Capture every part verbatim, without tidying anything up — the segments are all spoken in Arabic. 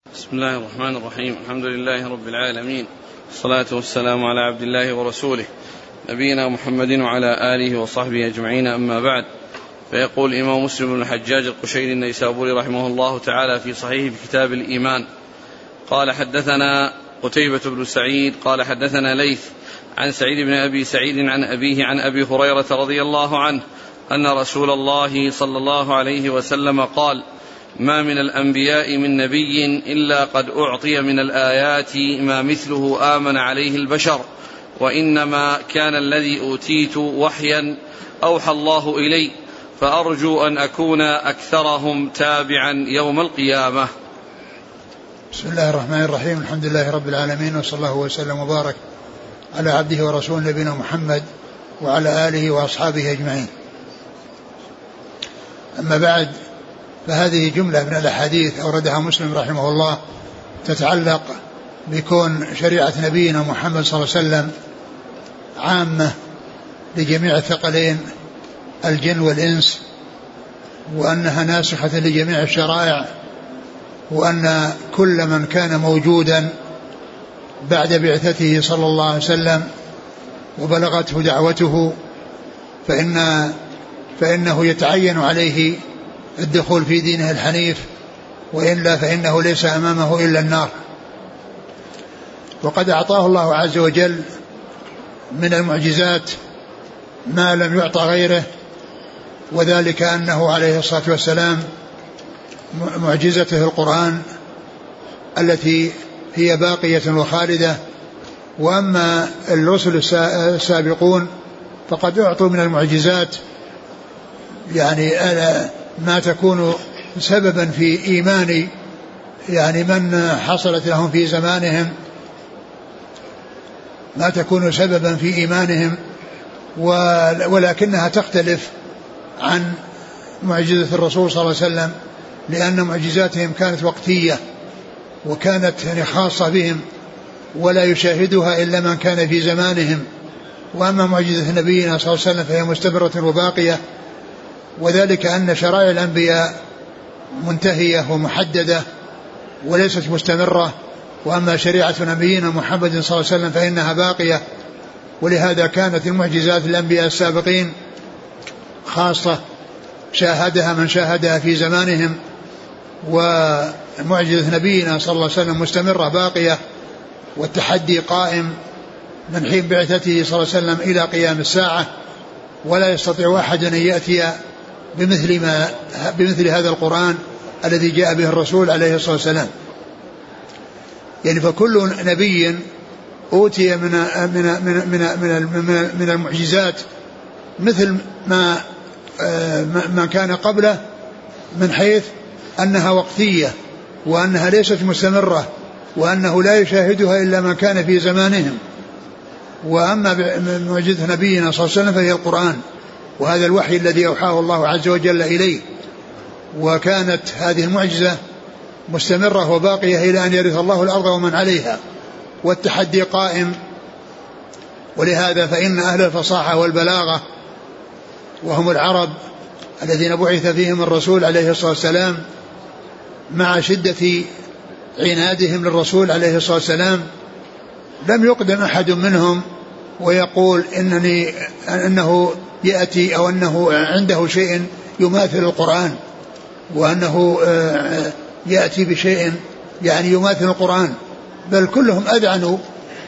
بسم الله الرحمن الرحيم. الحمد لله رب العالمين، والصلاة والسلام على عبد الله ورسوله نبينا محمد وعلى آله وصحبه أجمعين، أما بعد. فيقول الإمام مسلم بن الحجاج القشيري النيسابوري رحمه الله تعالى في صحيح كتاب الإيمان قال: حدثنا قتيبة بن سعيد قال حدثنا ليث عن سعيد بن أبي سعيد عن أبيه عن أبي هريرة رضي الله عنه أن رسول الله صلى الله عليه وسلم قال: ما من الأنبياء من نبي إلا قد أعطي من الآيات ما مثله آمن عليه البشر، وإنما كان الذي أوتيت وحيا أوحى الله إلي، فأرجو أن أكون أكثرهم تابعا يوم القيامة. بسم الله الرحمن الرحيم. الحمد لله رب العالمين، وصلى الله وسلم وبارك على عبده ورسوله نبينا محمد وعلى آله وأصحابه أجمعين. أما بعد، فهذه جملة من الأحاديث أوردها مسلم رحمه الله تتعلق بكون شريعة نبينا محمد صلى الله عليه وسلم عامة لجميع الثقلين الجن والإنس، وأنها ناسخة لجميع الشرائع، وأن كل من كان موجودا بعد بعثته صلى الله عليه وسلم وبلغته دعوته فإن فإنه يتعين عليه الدخول في دينه الحنيف، وإلا فإنه ليس أمامه إلا النار. وقد أعطاه الله عز وجل من المعجزات ما لم يعطى غيره، وذلك أنه عليه الصلاة والسلام معجزته القرآن التي هي باقية وخالدة. وأما الرسل السابقون فقد أعطوا من المعجزات يعني ما تكون سببا في إيمان يعني من حصلت لهم في زمانهم، ما تكون سببا في إيمانهم، ولكنها تختلف عن معجزة الرسول صلى الله عليه وسلم، لأن معجزاتهم كانت وقتية وكانت يعني خاصة بهم ولا يشاهدها إلا من كان في زمانهم. وأما معجزة نبينا صلى الله عليه وسلم فهي مستمرة وباقية، وذلك أن شرائع الأنبياء منتهية ومحددة وليست مستمرة، وأما شريعة نبينا محمد صلى الله عليه وسلم فإنها باقية. ولهذا كانت المعجزات الأنبياء السابقين خاصة شاهدها من شاهدها في زمانهم، ومعجزة نبينا صلى الله عليه وسلم مستمرة باقية، والتحدي قائم من حين بعثته صلى الله عليه وسلم إلى قيام الساعة، ولا يستطيع أحد أن يأتي بمثل, ما بمثل هذا القرآن الذي جاء به الرسول عليه الصلاة والسلام. يعني فكل نبي أوتي من, من, من, من, من, من المعجزات مثل ما, ما كان قبله، من حيث أنها وقتية وأنها ليست مستمرة وأنه لا يشاهدها إلا من كان في زمانهم. وأما معجزة نبينا صلى الله عليه وسلم فهي القرآن، وهذا الوحي الذي أوحاه الله عز وجل إليه، وكانت هذه المعجزة مستمرة وباقية إلى أن يرث الله الأرض ومن عليها، والتحدي قائم. ولهذا فإن أهل الفصاحة والبلاغة وهم العرب الذين بعث فيهم الرسول عليه الصلاة والسلام، مع شدة عنادهم للرسول عليه الصلاة والسلام لم يقدم أحد منهم ويقول إنني أنه يأتي أو أنه عنده شيء يماثل القرآن، وأنه يأتي بشيء يعني يماثل القرآن، بل كلهم أذعنوا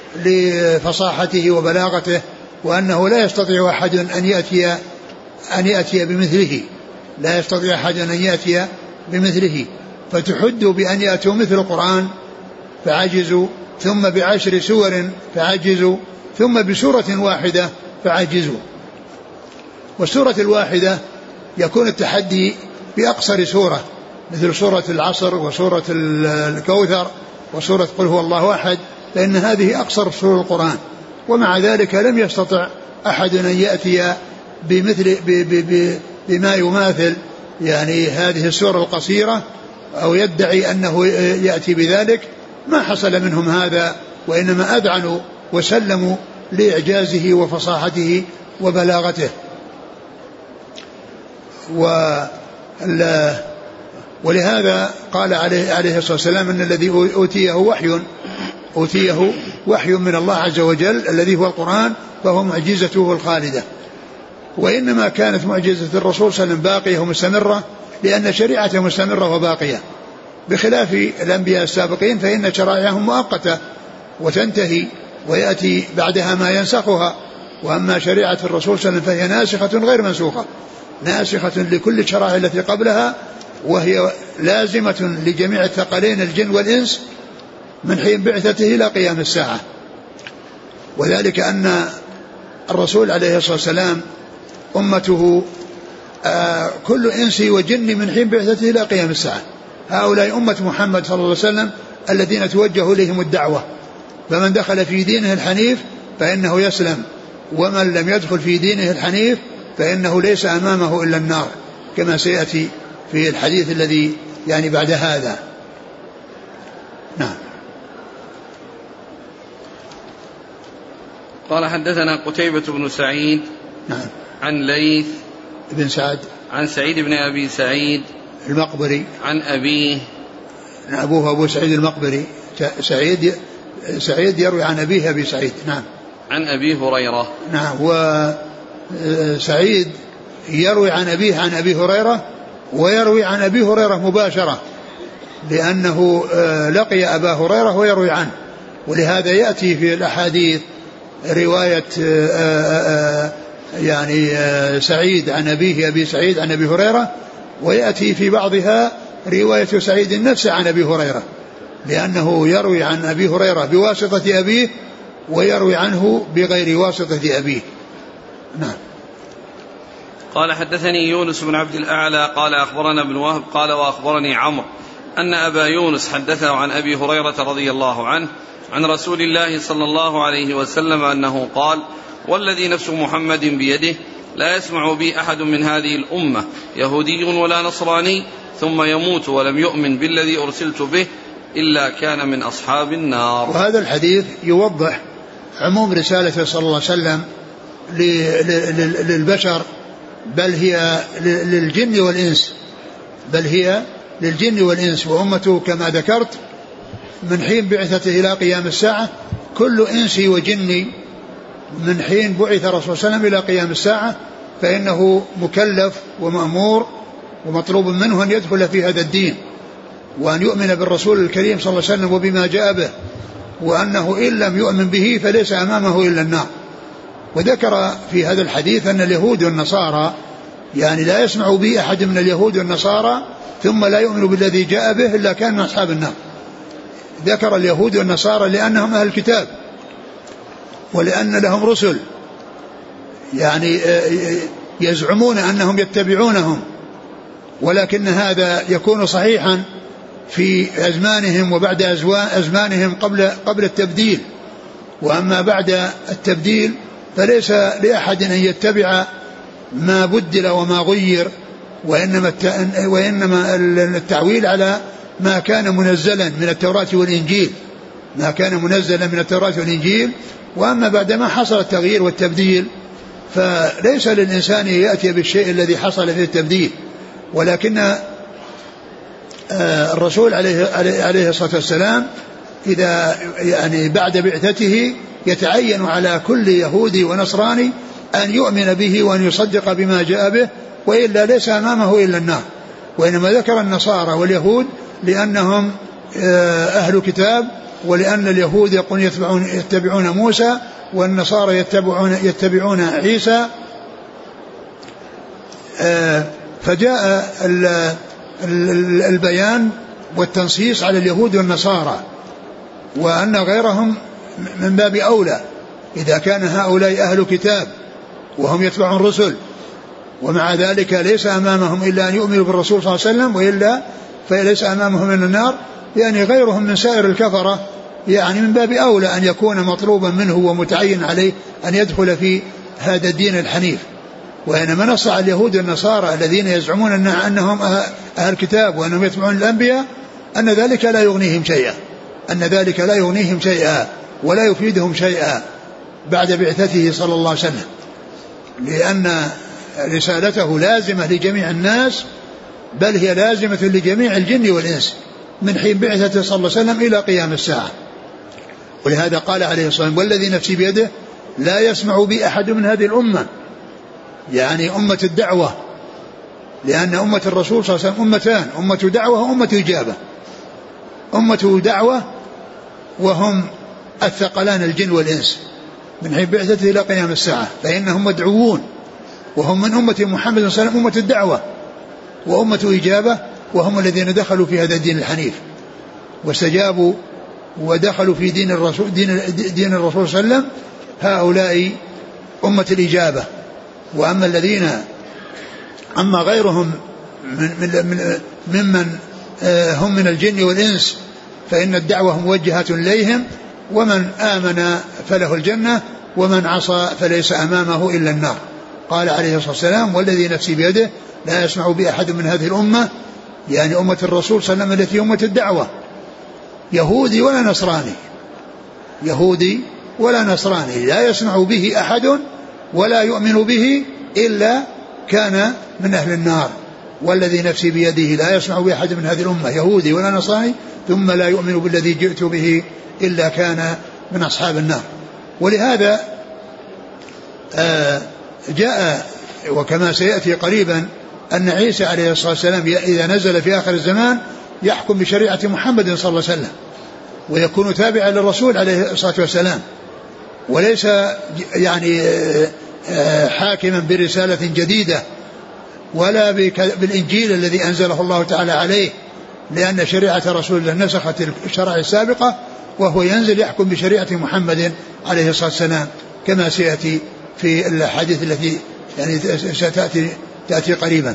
لفصاحته وبلاغته، وأنه لا يستطيع أحد أن يأتي أن يأتي بمثله، لا يستطيع أحد أن يأتي بمثله. فتحدوا بأن يأتوا مثل القرآن فعجزوا، ثم بعشر سور فعجزوا، ثم بسورة واحدة فعجزوا. والسورة الواحدة يكون التحدي بأقصر سورة، مثل سورة العصر وسورة الكوثر وسورة قل هو الله أحد، فإن هذه أقصر سورة القرآن. ومع ذلك لم يستطع أحد أن يأتي بمثل بما يماثل يعني هذه السورة القصيرة، أو يدعي أنه يأتي بذلك. ما حصل منهم هذا، وإنما أذعنوا وسلموا لإعجازه وفصاحته وبلاغته. ولهذا قال عليه, عليه الصلاة والسلام أن الذي أوتيه وحي أوتيه وحي من الله عز وجل الذي هو القرآن فهو معجزته الخالدة. وإنما كانت معجزة الرسول صلى الله عليه وسلم باقية ومستمرة لأن شريعته مستمرة وباقية، بخلاف الأنبياء السابقين فإن شرائعهم مؤقتة وتنتهي ويأتي بعدها ما ينسخها. وأما شريعة الرسول صلى الله عليه وسلم فهي ناسخة غير منسوخة، ناسخة لكل الشرائع التي قبلها، وهي لازمة لجميع الثقلين الجن والإنس من حين بعثته إلى قيام الساعة. وذلك أن الرسول عليه الصلاة والسلام أمته آه كل إنسي وجني من حين بعثته إلى قيام الساعة. هؤلاء أمة محمد صلى الله عليه وسلم الذين توجه إليهم الدعوة، فمن دخل في دينه الحنيف فإنه يسلم، ومن لم يدخل في دينه الحنيف فإنه ليس أمامه إلا النار، كما سيأتي في الحديث الذي يعني بعد هذا. نعم. قال حدثنا قتيبة بن سعيد نعم. عن ليث بن سعد عن سعيد بن أبي سعيد المقبري عن أبيه، أبوه أبو سعيد المقبري. سعيد سعيد يروي عن أبيه أبي سعيد. نعم. عن أبي هريرة. نعم. وسعيد يروي عن أبيه عن أبي هريرة، ويروي عن أبي هريرة مباشرة لأنه لقي أبا هريرة ويروي عنه، ولهذا يأتي في الأحاديث رواية يعني سعيد عن أبيه أبي سعيد عن أبي هريرة، ويأتي في بعضها رواية سعيد نفسه عن أبي هريرة، لأنه يروي عن أبي هريرة بواسطة أبيه ويروي عنه بغير واسطة أبيه. نعم. قال حدثني يونس بن عبد الأعلى قال أخبرنا ابن وهب قال وأخبرني عمرو أن أبا يونس حدثه عن أبي هريرة رضي الله عنه عن رسول الله صلى الله عليه وسلم أنه قال: والذي نفس محمد بيده لا يسمع بي أحد من هذه الأمة يهودي ولا نصراني ثم يموت ولم يؤمن بالذي أرسلت به إلا كان من أصحاب النار. وهذا الحديث يوضح عموم رسالته صلى الله عليه وسلم للبشر، بل هي للجن والإنس بل هي للجن والإنس وأمته كما ذكرت من حين بعثته إلى قيام الساعة. كل إنسي وجني من حين بعث الرسول صلى الله عليه وسلم إلى قيام الساعة فإنه مكلف ومأمور ومطلوب منه أن يدخل في هذا الدين، وأن يؤمن بالرسول الكريم صلى الله عليه وسلم وبما جاء به، وأنه إن لم يؤمن به فليس أمامه إلا النار. وذكر في هذا الحديث أن اليهود والنصارى يعني لا يسمع به أحد من اليهود والنصارى ثم لا يؤمن بالذي جاء به إلا كان من أصحاب النار. ذكر اليهود والنصارى لأنهم أهل الكتاب ولأن لهم رسل يعني يزعمون أنهم يتبعونهم، ولكن هذا يكون صحيحا في أزمانهم وبعد أزمانهم قبل قبل التبديل. وأما بعد التبديل فليس لأحد أن يتبع ما بدل وما غير، وإنما وإنما التعويل على ما كان منزلا من التوراة والإنجيل ما كان منزلا من التوراة والإنجيل. وأما بعد ما حصل التغيير والتبديل فليس للإنسان يأتي بالشيء الذي حصل فيه التبديل، ولكن الرسول عليه عليه الصلاة والسلام إذا يعني بعد بعثته يتعين على كل يهودي ونصراني أن يؤمن به وأن يصدق بما جاء به، وإلا ليس أمامه إلا النار. وإنما ذكر النصارى واليهود لأنهم أهل كتاب، ولأن اليهود يقولون يتبعون, يتبعون موسى والنصارى يتبعون, يتبعون عيسى. فجاء البيان والتنصيص على اليهود والنصارى، وأن غيرهم من باب أولى إذا كان هؤلاء أهل كتاب وهم يتبعون الرسل، ومع ذلك ليس أمامهم إلا أن يؤمنوا بالرسول صلى الله عليه وسلم، وإلا فليس أمامهم من النار. يعني غيرهم من سائر الكفرة يعني من باب أولى أن يكون مطلوبا منه ومتعين عليه أن يدخل في هذا الدين الحنيف. وإنما نص على اليهود والنصارى الذين يزعمون أن أنهم أهل كتاب وأنهم يتبعون الأنبياء أن ذلك لا يغنيهم شيئا أن ذلك لا يغنيهم شيئا ولا يفيدهم شيئا بعد بعثته صلى الله عليه وسلم، لأن رسالته لازمة لجميع الناس بل هي لازمة لجميع الجن والإنس من حين بعثته صلى الله عليه وسلم إلى قيام الساعة. ولهذا قال عليه الصلاة والسلام والذي نفسي بيده لا يسمع بي أحد من هذه الأمة، يعني أمة الدعوة، لأن أمة الرسول صلى الله عليه وسلم أمتان، أمة دعوة وأمة إجابة. أمة دعوة وهم الثقلان الجن والإنس من حين بعثته إلى قيام الساعة، فإنهم مدعوون وهم من أمة محمد صلى الله عليه وسلم أمة الدعوة، وأمة إجابة وهم الذين دخلوا في هذا الدين الحنيف واستجابوا ودخلوا في دين الرسول دين, دين الرسول صلى الله عليه وسلم، هؤلاء أمة الإجابة. وأما الذين أما غيرهم من من ممن هم من الجن والإنس فإن الدعوة موجهة إليهم، ومن آمن فله الجنة ومن عصى فليس أمامه إلا النار. قال عليه الصلاة والسلام والذي نفسي بيده لا يسمع بأحد من هذه الأمة، يعني أمة الرسول صلى الله عليه وسلم التي أمة الدعوة، يهودي ولا نصراني، يهودي ولا نصراني لا يسمع به أحد ولا يؤمن به إلا كان من أهل النار. والذي نفسي بيده لا يسمع بأحد من هذه الأمة يهودي ولا نصراني ثم لا يؤمن بالذي جئت به إلا كان من أصحاب النار. ولهذا جاء وكما سيأتي قريبا أن عيسى عليه الصلاة والسلام إذا نزل في آخر الزمان يحكم بشريعة محمد صلى الله عليه وسلم ويكون تابعا للرسول عليه الصلاة والسلام، وليس يعني حاكما برسالة جديدة ولا بالإنجيل الذي أنزله الله تعالى عليه، لأن شريعة رسول الله نسخت الشرائع السابقة وهو ينزل يحكم بشريعة محمد عليه الصلاة والسلام كما سيأتي في الحديث التي يعني ستأتي تأتي قريبا.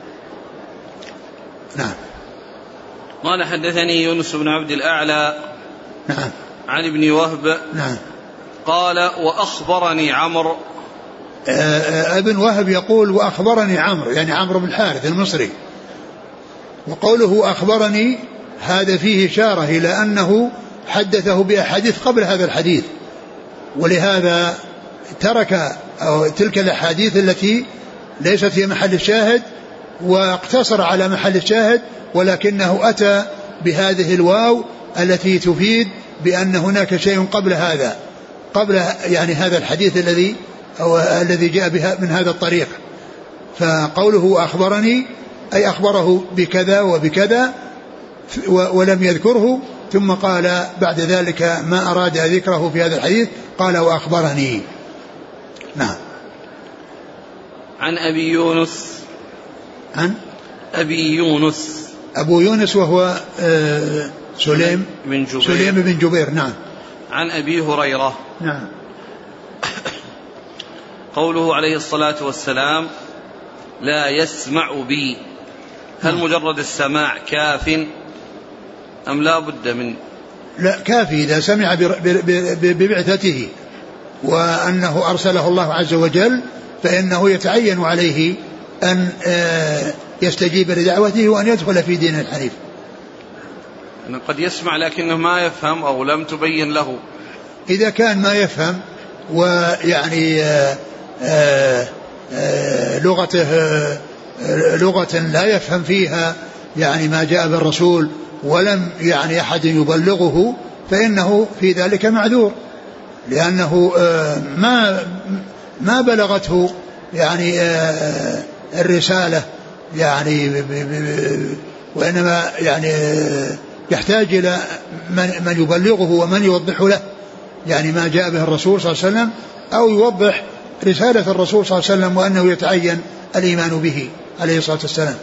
نعم. قال حدثني يونس بن عبد الأعلى نعم عن ابن وهب نعم قال وأخبرني عمرو. ابن وهب يقول وأخبرني عمرو، يعني عمرو بن الحارث المصري، وقوله أخبرني هذا فيه إشارة إلى أنه حدثه بأحاديث قبل هذا الحديث، ولهذا ترك أو تلك الأحاديث التي ليست في محل الشاهد واقتصر على محل الشاهد، ولكنه أتى بهذه الواو التي تفيد بأن هناك شيء قبل هذا، قبل يعني هذا الحديث الذي أو الذي جاء بها من هذا الطريق. فقوله أخبرني أي أخبره بكذا وبكذا ولم يذكره، ثم قال بعد ذلك ما أراد ذكره في هذا الحديث قال وأخبرني. نعم. عن أبي يونس عن أبي يونس أبو يونس وهو آه سليم بن جبير سليم بن جبير. نعم. عن أبي هريرة. نعم. قوله عليه الصلاة والسلام لا يسمع بي، هل مجرد السماع كاف أم لا بد من؟ لا، كافي إذا سمع ببعثته وأنه أرسله الله عز وجل فإنه يتعين عليه أن يستجيب لدعوته وأن يدخل في دين الحنيف. قد يسمع لكنه ما يفهم أو لم تبين له. إذا كان ما يفهم ويعني آآ آآ لغته لغة لا يفهم فيها يعني ما جاء بالرسول ولم يعني أحد يبلغه فإنه في ذلك معذور، لأنه ما ما بلغته يعني الرسالة يعني وإنما يعني يحتاج إلى من يبلغه ومن يوضح له يعني ما جاء به الرسول صلى الله عليه وسلم، أو يوضح رسالة الرسول صلى الله عليه وسلم وأنه يتعين الإيمان به عليه الصلاة والسلام.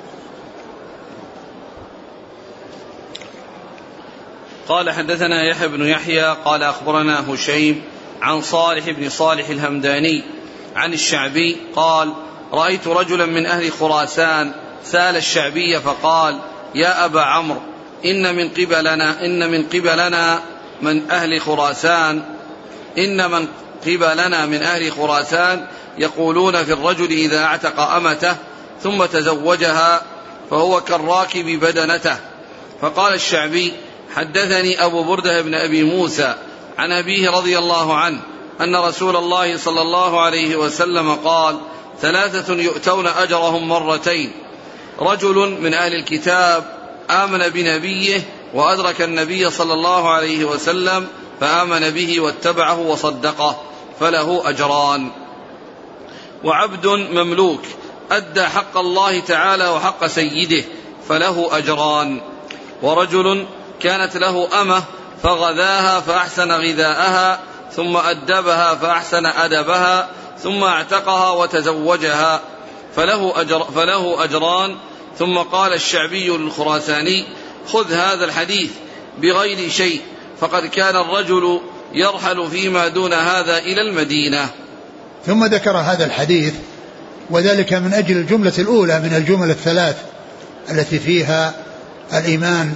قال حدثنا يحيى بن يحيى قال أخبرنا هشيم عن صالح بن صالح الهمداني عن الشعبي قال رأيت رجلا من أهل خراسان سال الشعبي فقال يا أبا عمرو إن من قبلنا إن من قبلنا من أهل خراسان إن من قبلنا من أهل خراسان يقولون في الرجل إذا اعتق أمته ثم تزوجها فهو كالراكب بدنته. فقال الشعبي حدثني أبو بردة بن أبي موسى عن أبيه رضي الله عنه أن رسول الله صلى الله عليه وسلم قال ثلاثة يؤتون أجرهم مرتين رجل من أهل الكتاب آمن بنبيه وأدرك النبي صلى الله عليه وسلم فآمن به واتبعه وصدقه فله أجران. وعبد مملوك أدى حق الله تعالى وحق سيده فله أجران. ورجل كانت له أمة فغذاها فأحسن غذاءها ثم أدبها فأحسن أدبها ثم اعتقها وتزوجها فله, أجر فله أجران. ثم قال الشعبي الخراساني: خذ هذا الحديث بغير شيء، فقد كان الرجل يرحل فيما دون هذا إلى المدينة. ثم ذكر هذا الحديث وذلك من أجل الجملة الأولى من الجمل الثلاث التي فيها الإيمان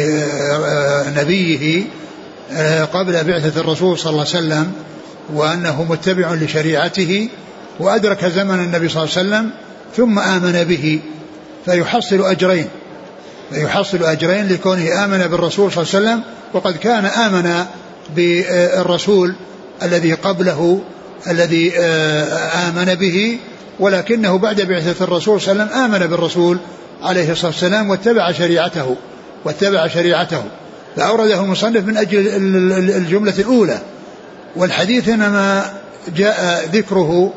بنبيه قبل بعثة الرسول صلى الله عليه وسلم، وأنه متبع لشريعته، وأدرك زمن النبي صلى الله عليه وسلم ثم آمن به فيحصل أجرين فيحصل أجرين لكونه آمن بالرسول صلى الله عليه وسلم، وقد كان آمن بالرسول الذي قبله الذي آمن به، ولكنه بعد بعثة الرسول صلى الله عليه وسلم آمن بالرسول عليه الصلاة والسلام واتبع شريعته واتبع شريعته فأورده المصنف من أجل الجملة الأولى. والحديث إنما جاء ذكره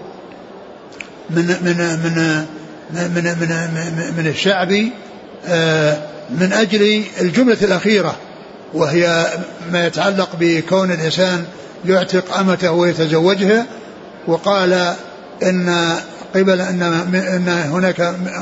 من من من من من, من الشعبي من أجل الجملة الأخيرة، وهي ما يتعلق بكون الإنسان يعتق أمته ويتزوجها. وقال إن قبل أن إن هناك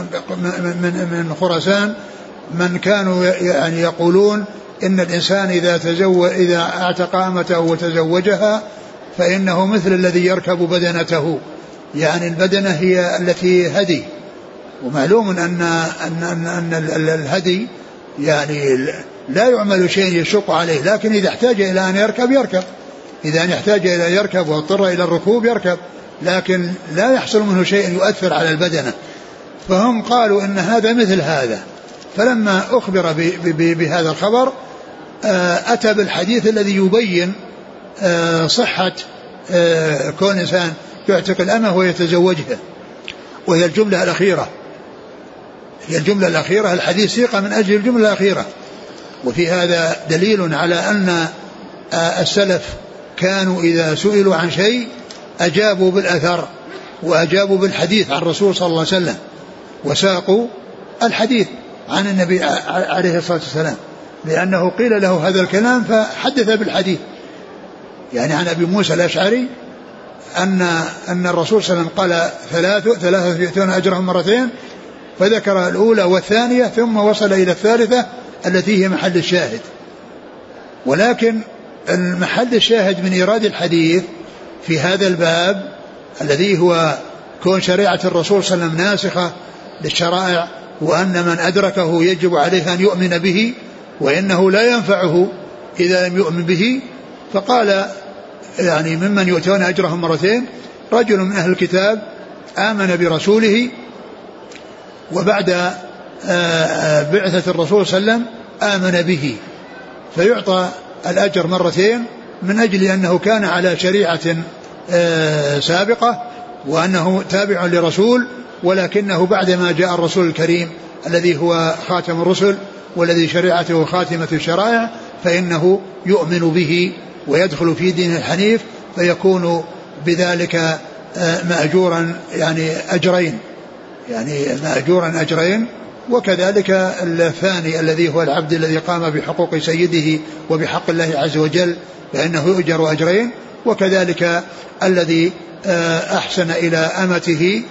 من من خراسان من كانوا يعني يقولون إن الإنسان إذا تزوج إذا اعتق أمته وتزوجها فإنه مثل الذي يركب بدنته، يعني البدنة هي التي هدي، ومعلوم أن أن أن, أن الهدي يعني لا يعمل شيء يشق عليه، لكن إذا احتاج إلى أن يركب يركب، إذا يحتاج إلى يركب واضطر إلى الركوب يركب، لكن لا يحصل منه شيء يؤثر على البدنة. فهم قالوا إن هذا مثل هذا، فلما أخبر بهذا الخبر أتى بالحديث الذي يبين صحة كون إنسان يعتق الأمة ويتزوجها، وهي الجملة الأخيرة هي الجملة الأخيرة الحديث سيق من أجل الجملة الأخيرة. وفي هذا دليل على أن السلف كانوا إذا سئلوا عن شيء أجابوا بالأثر وأجابوا بالحديث عن الرسول صلى الله عليه وسلم، وساقوا الحديث عن النبي عليه الصلاة والسلام، لأنه قيل له هذا الكلام فحدث بالحديث. يعني عن أبي موسى الأشعري أن أن الرسول صلى الله عليه وسلم قال ثلاثة ثلاثة يؤتون أجرهم مرتين، فذكر الأولى والثانية ثم وصل إلى الثالثة التي هي محل الشاهد. ولكن المحل الشاهد من إيراد الحديث في هذا الباب الذي هو كون شريعة الرسول صلى الله عليه وسلم ناسخة للشرائع، وأن من أدركه يجب عليه أن يؤمن به، وإنه لا ينفعه إذا لم يؤمن به. فقال يعني ممن يؤتون أجرهم مرتين رجل من أهل الكتاب آمن برسوله وبعد بعثة الرسول صلى الله عليه وسلم آمن به، فيعطى الأجر مرتين من أجل أنه كان على شريعة سابقة وأنه تابع لرسول، ولكنه بعدما جاء الرسول الكريم الذي هو خاتم الرسل والذي شريعته خاتمة الشرائع فإنه يؤمن به ويدخل في دين الحنيف، فيكون بذلك مأجورا يعني أجرين يعني مأجورا أجرين. وكذلك الثاني الذي هو العبد الذي قام بحقوق سيده وبحق الله عز وجل فإنه يؤجر أجرين. وكذلك الذي أحسن إلى أمته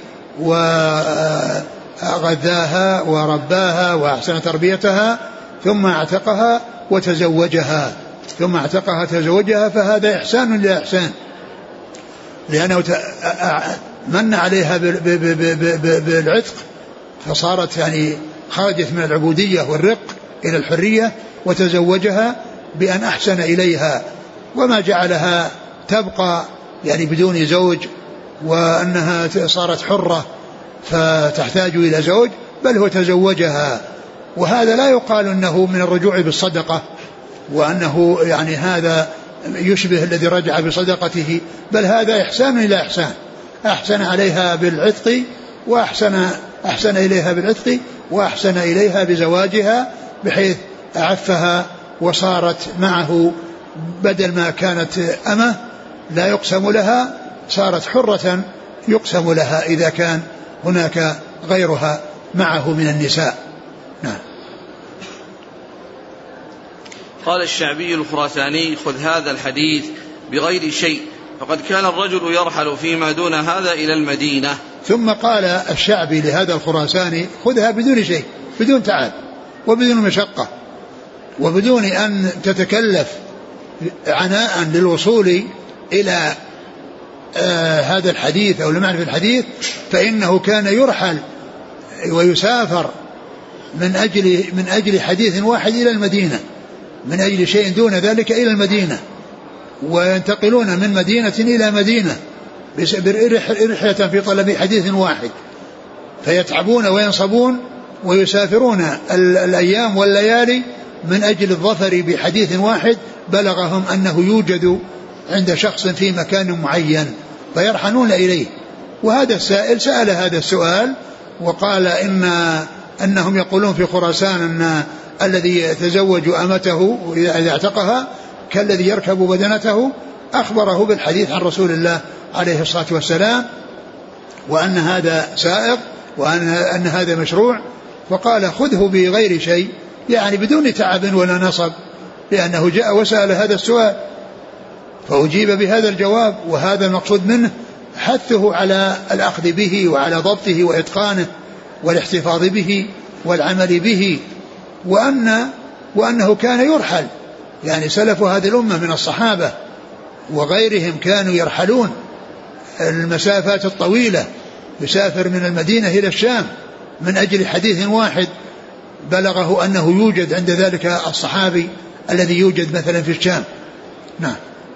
وغذاها ورباها وأحسن تربيتها ثم اعتقها وتزوجها ثم اعتقها تزوجها فهذا إحسان إلى إحسان، لأنه من عليها بالعتق فصارت يعني خرجت من العبودية والرق إلى الحرية، وتزوجها بأن أحسن إليها وما جعلها تبقى يعني بدون زوج وأنها صارت حرة فتحتاج إلى زوج، بل هو تزوجها. وهذا لا يقال أنه من الرجوع بالصدقة وأنه يعني هذا يشبه الذي رجع بصدقته، بل هذا إحسان إلى إحسان، أحسن عليها بالعتق وأحسن أحسن إليها بالعتق وأحسن إليها بزواجها بحيث أعفها وصارت معه بدل ما كانت أمة لا يقسم لها صارت حرة يقسم لها إذا كان هناك غيرها معه من النساء. نعم. قال الشعبي الخراساني خذ هذا الحديث بغير شيء فقد كان الرجل يرحل فيما دون هذا إلى المدينة. ثم قال الشعبي لهذا الخراساني خذها بدون شيء بدون تعب وبدون مشقة وبدون أن تتكلف عناء للوصول إلى آه هذا الحديث أو لمعنى الحديث فإنه كان يرحل ويسافر من أجل من أجل حديث واحد إلى المدينة من أجل شيء دون ذلك إلى المدينة وينتقلون من مدينة إلى مدينة برحلة في طلب حديث واحد فيتعبون وينصبون ويسافرون الأيام والليالي من أجل الظفر بحديث واحد بلغهم أنه يوجد عند شخص في مكان معين فيرحنون إليه. وهذا السائل سأل هذا السؤال وقال إن أنهم يقولون في خراسان أن الذي يتزوج أمته إذا اعتقها كالذي يركب بدنته أخبره بالحديث عن رسول الله عليه الصلاة والسلام وأن هذا سائغ وأن أن هذا مشروع فقال خذه بغير شيء يعني بدون تعب ولا نصب لأنه جاء وسأل هذا السؤال فأجيب بهذا الجواب وهذا المقصود منه حثه على الأخذ به وعلى ضبطه وإتقانه والاحتفاظ به والعمل به وأن وأنه كان يرحل يعني سلف هذه الأمة من الصحابة وغيرهم كانوا يرحلون المسافات الطويلة يسافر من المدينة إلى الشام من أجل حديث واحد بلغه أنه يوجد عند ذلك الصحابي الذي يوجد مثلا في الشام. نعم.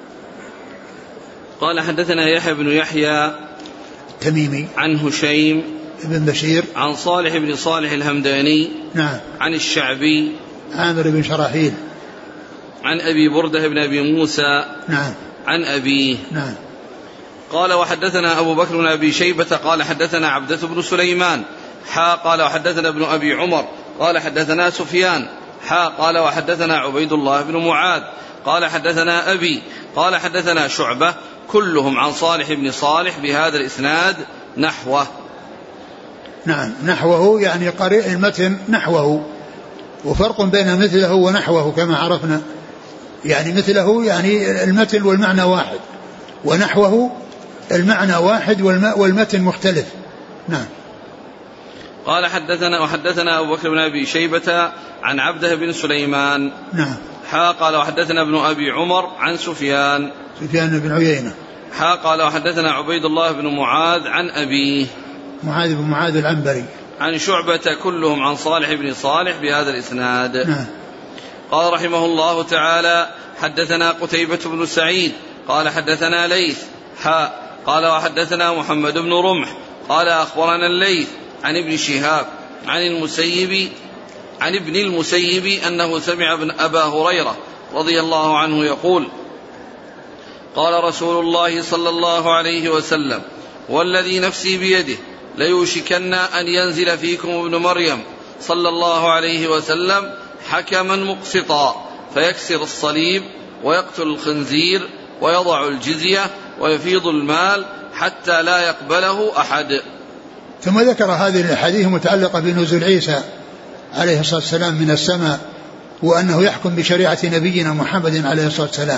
قال حدثنا يحيى بن يحيى تميمي عن هشيم بن بشير عن صالح بن صالح الهمداني نعم عن الشعبي عامر بن شراحيل عن أبي بردة بن أبي موسى نعم عن أبيه نعم. قال وحدثنا أبو بكر بن أبي شيبة قال حدثنا عبدة بن سليمان حا قال وحدثنا ابن أبي عمر قال حدثنا سفيان حا قال وحدثنا عبيد الله بن معاذ قال حدثنا أبي قال حدثنا شعبة كلهم عن صالح بن صالح بهذا الإسناد نحوه. نعم نحوه يعني قريء المتن نحوه وفرق بين مثله ونحوه كما عرفنا يعني مثله يعني المتن والمعنى واحد ونحوه المعنى واحد والمتن مختلف. نعم. قال حدثنا وحدثنا أبو بكر بن أبي شيبة عن عبده بن سليمان نعم حا قال وحدثنا ابن أبي عمر عن سفيان سفيان بن عيينة حا قال وحدثنا عبيد الله بن معاذ عن أبيه معاذ بن معاذ العنبري عن شعبة كلهم عن صالح بن صالح بهذا الإسناد. نعم. قال رحمه الله تعالى حدثنا قتيبة بن سعيد قال حدثنا ليث حا قال وحدثنا محمد بن رمح قال أخبرنا الليث عن ابن شهاب عن المسيب عن ابن المسيب أنه سمع ابن أبا هريرة رضي الله عنه يقول قال رسول الله صلى الله عليه وسلم والذي نفسي بيده ليوشكن أن ينزل فيكم ابن مريم صلى الله عليه وسلم حكما مقسطا فيكسر الصليب ويقتل الخنزير ويضع الجزية ويفيض المال حتى لا يقبله أحد. ثم ذكر هذه الحديث متعلقة بنزول عيسى عليه الصلاة والسلام من السماء وأنه يحكم بشريعة نبينا محمد عليه الصلاة والسلام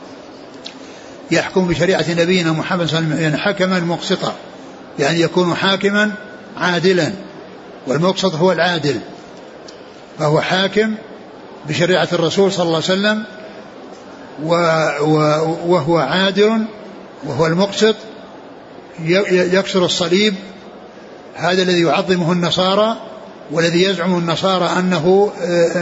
يحكم بشريعة نبينا محمد صلى الله عليه وسلم يعني حكما مقسطا يعني يكون حاكما عادلا والمقسط هو العادل فهو حاكم بشريعة الرسول صلى الله عليه وسلم وهو عادل وهو المقسط يكسر الصليب هذا الذي يعظمه النصارى والذي يزعم النصارى أنه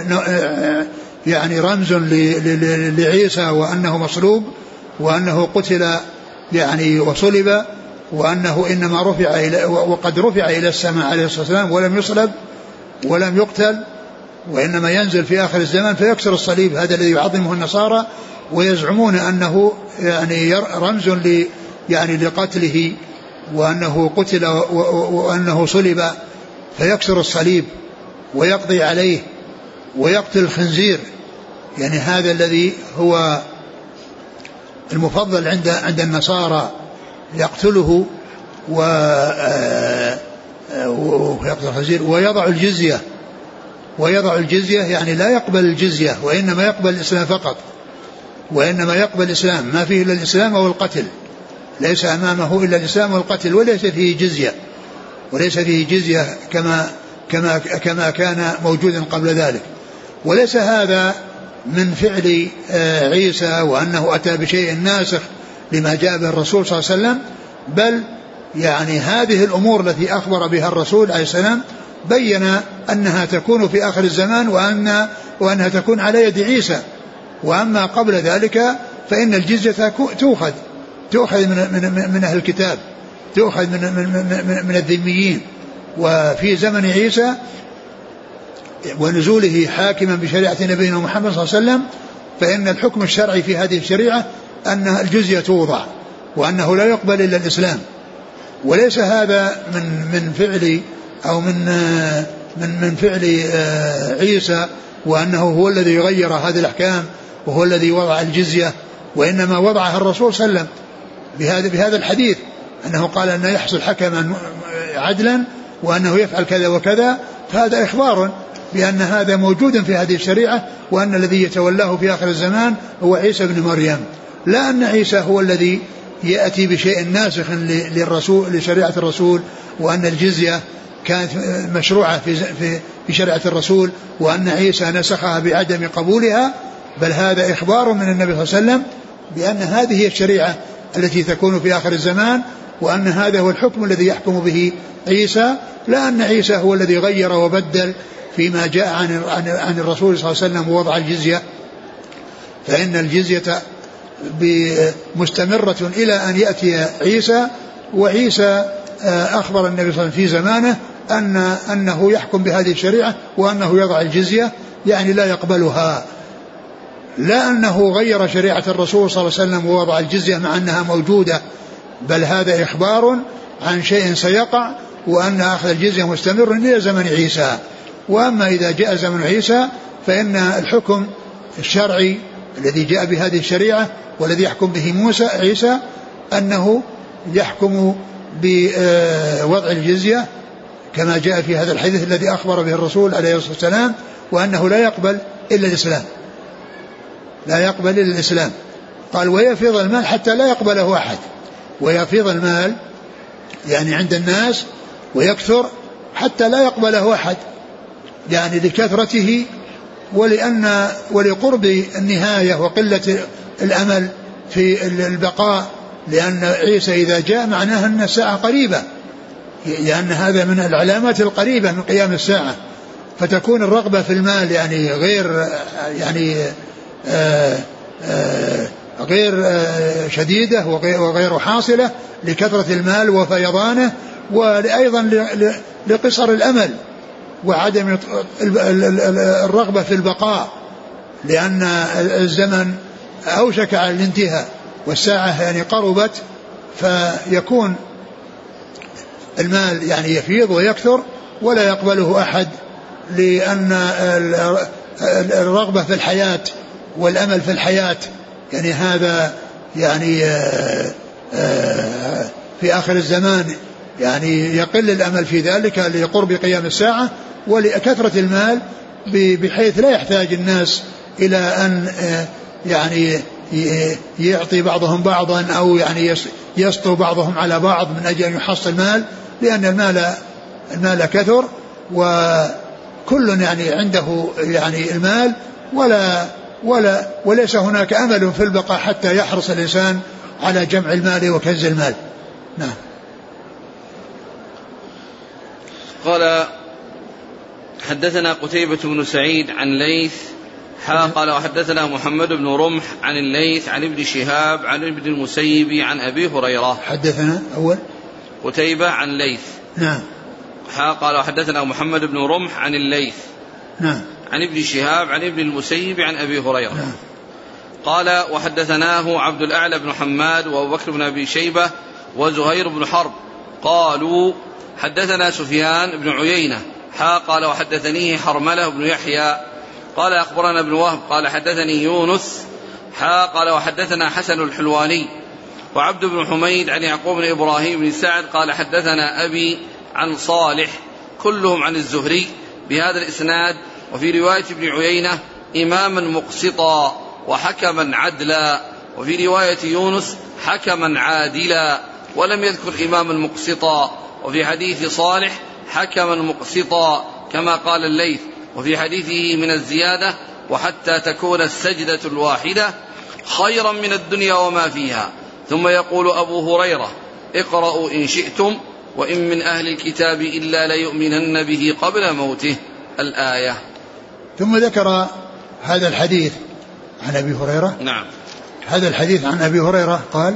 يعني رمز لعيسى وأنه مصلوب وأنه قتل يعني وصلب وأنه إنما رفع إلى وقد رفع إلى السماء عليه الصلاة والسلام ولم يصلب ولم يقتل وإنما ينزل في آخر الزمان فيكسر الصليب هذا الذي يعظمه النصارى ويزعمون أنه يعني رمز ل يعني لقتله وأنه قتل وأنه صلب فيكسر الصليب ويقضي عليه ويقتل الخنزير، يعني هذا الذي هو المفضل عند عند النصارى، يقتله ويقتل الخنزير ويضع الجزية ويضع الجزية يعني لا يقبل الجزية وإنما يقبل الإسلام فقط، وإنما يقبل الإسلام، ما فيه إلا الإسلام أو القتل، ليس أمامه إلا الإسلام والقتل، وليس فيه جزية وليس فيه جزية كما كما كما كان موجودا قبل ذلك. وليس هذا من فعل عيسى وأنه أتى بشيء ناسخ لما جاء به الرسول صلى الله عليه وسلم، بل يعني هذه الأمور التي أخبر بها الرسول عليه السلام بين أنها تكون في آخر الزمان وأن وأنها تكون على يد عيسى. وأما قبل ذلك فإن الجزية تؤخذ تؤخذ من, من, من أهل الكتاب، تؤخذ من, من, من الذميين. وفي زمن عيسى ونزوله حاكما بشريعة نبينا محمد صلى الله عليه وسلم فإن الحكم الشرعي في هذه الشريعة أن الجزية توضع وأنه لا يقبل إلا الإسلام. وليس هذا من من فعل أو من من من فعل عيسى وأنه هو الذي يغير هذه الأحكام وهو الذي وضع الجزية، وإنما وضعها الرسول صلى الله عليه وسلم بهذا بهذا الحديث أنه قال أن يحصل حكما عدلا وأنه يفعل كذا وكذا، فهذا إخبار بأن هذا موجود في هذه الشريعة وأن الذي يتولاه في آخر الزمان هو عيسى بن مريم، لا أن عيسى هو الذي يأتي بشيء ناسخ للرسول لشريعة الرسول، وأن الجزية كانت مشروعة في في شريعة الرسول وأن عيسى نسخها بعدم قبولها، بل هذا إخبار من النبي صلى الله عليه وسلم بأن هذه هي الشريعة التي تكون في آخر الزمان، وأن هذا هو الحكم الذي يحكم به عيسى، لا أن عيسى هو الذي غير وبدل فيما جاء عن عن الرسول صلى الله عليه وسلم ووضع الجزية. فإن الجزية مستمرة إلى أن يأتي عيسى، وعيسى أخبر النبي صلى الله عليه وسلم في زمانه أن أنه يحكم بهذه الشريعة وأنه يضع الجزية، يعني لا يقبلها، لا أنه غير شريعة الرسول صلى الله عليه وسلم ووضع الجزية مع أنها موجودة، بل هذا إخبار عن شيء سيقع وأن أخذ الجزية مستمر إلى زمن عيسى. وأما إذا جاء زمن عيسى فإن الحكم الشرعي الذي جاء بهذه الشريعة والذي يحكم به موسى عيسى أنه يحكم بوضع الجزية كما جاء في هذا الحديث الذي أخبر به الرسول عليه الصلاة والسلام، وأنه لا يقبل إلا الإسلام، لا يقبل إلا الإسلام. قال ويفيض المال حتى لا يقبله أحد، ويفيض المال يعني عند الناس ويكثر حتى لا يقبله أحد، يعني لكثرته ولأن ولقرب النهاية وقلة الأمل في البقاء، لأن عيسى إذا جاء معناها أن الساعة قريبة، لأن هذا من العلامات القريبة من قيام الساعة، فتكون الرغبة في المال يعني غير يعني آآ آآ غير آآ شديدة وغير حاصلة لكثرة المال وفيضانه، وأيضا لقصر الأمل وعدم الرغبة في البقاء، لأن الزمن أوشك على الانتهاء والساعة يعني قربت، فيكون المال يعني يفيض ويكثر ولا يقبله أحد، لأن الرغبة في الحياة والأمل في الحياة يعني هذا يعني في آخر الزمان يعني يقل الأمل في ذلك لقرب قيام الساعة ولكثرة المال، بحيث لا يحتاج الناس إلى أن يعني يعطي بعضهم بعضا أو يعني يسطو بعضهم على بعض من أجل أن يحصل المال، لأن المال المال كثر وكل يعني عنده يعني المال ولا ولا وليس هناك أمل في البقاء حتى يحرص الإنسان على جمع المال وكنز المال. نعم. قال حدثنا قتيبة بن سعيد عن ليث حا قال وحدثنا محمد بن رمح عن الليث عن ابن شهاب عن ابن المسيب عن أبي هريرة. حدثنا أول قتيبة عن ليث. نعم. حا قال وحدثنا محمد بن رمح عن الليث. نعم. عن ابن شهاب عن ابن المسيب عن أبي هريرة. نعم. قال وحدثناه عبد الأعلى بن حماد وأبو بكر بن أبي شيبة وزهير بن حرب قالوا حدثنا سفيان بن عيينة حا قال وحدثنيه حرملة بن يحيى قال أخبرنا ابن وهب قال حدثني يونس حا قال وحدثنا حسن الحلواني وعبد بن حميد عن يعقوب بن إبراهيم بن سعد قال حدثنا أبي عن صالح كلهم عن الزهري بهذا الإسناد. وفي رواية ابن عيينة إماما مقسطا وحكما عدلا، وفي رواية يونس حكما عادلا، ولم يذكر إماما مقسطا. وفي حديث صالح حكما مقسطا كما قال الليث. وفي حديثه من الزيادة وحتى تكون السجدة الواحدة خيرا من الدنيا وما فيها. ثم يقول أبو هريرة اقرأوا إن شئتم وإن من أهل الكتاب إلا ليؤمنن به قبل موته الآية. ثم ذكر هذا الحديث عن أبي هريرة. نعم. هذا الحديث عن أبي هريرة قال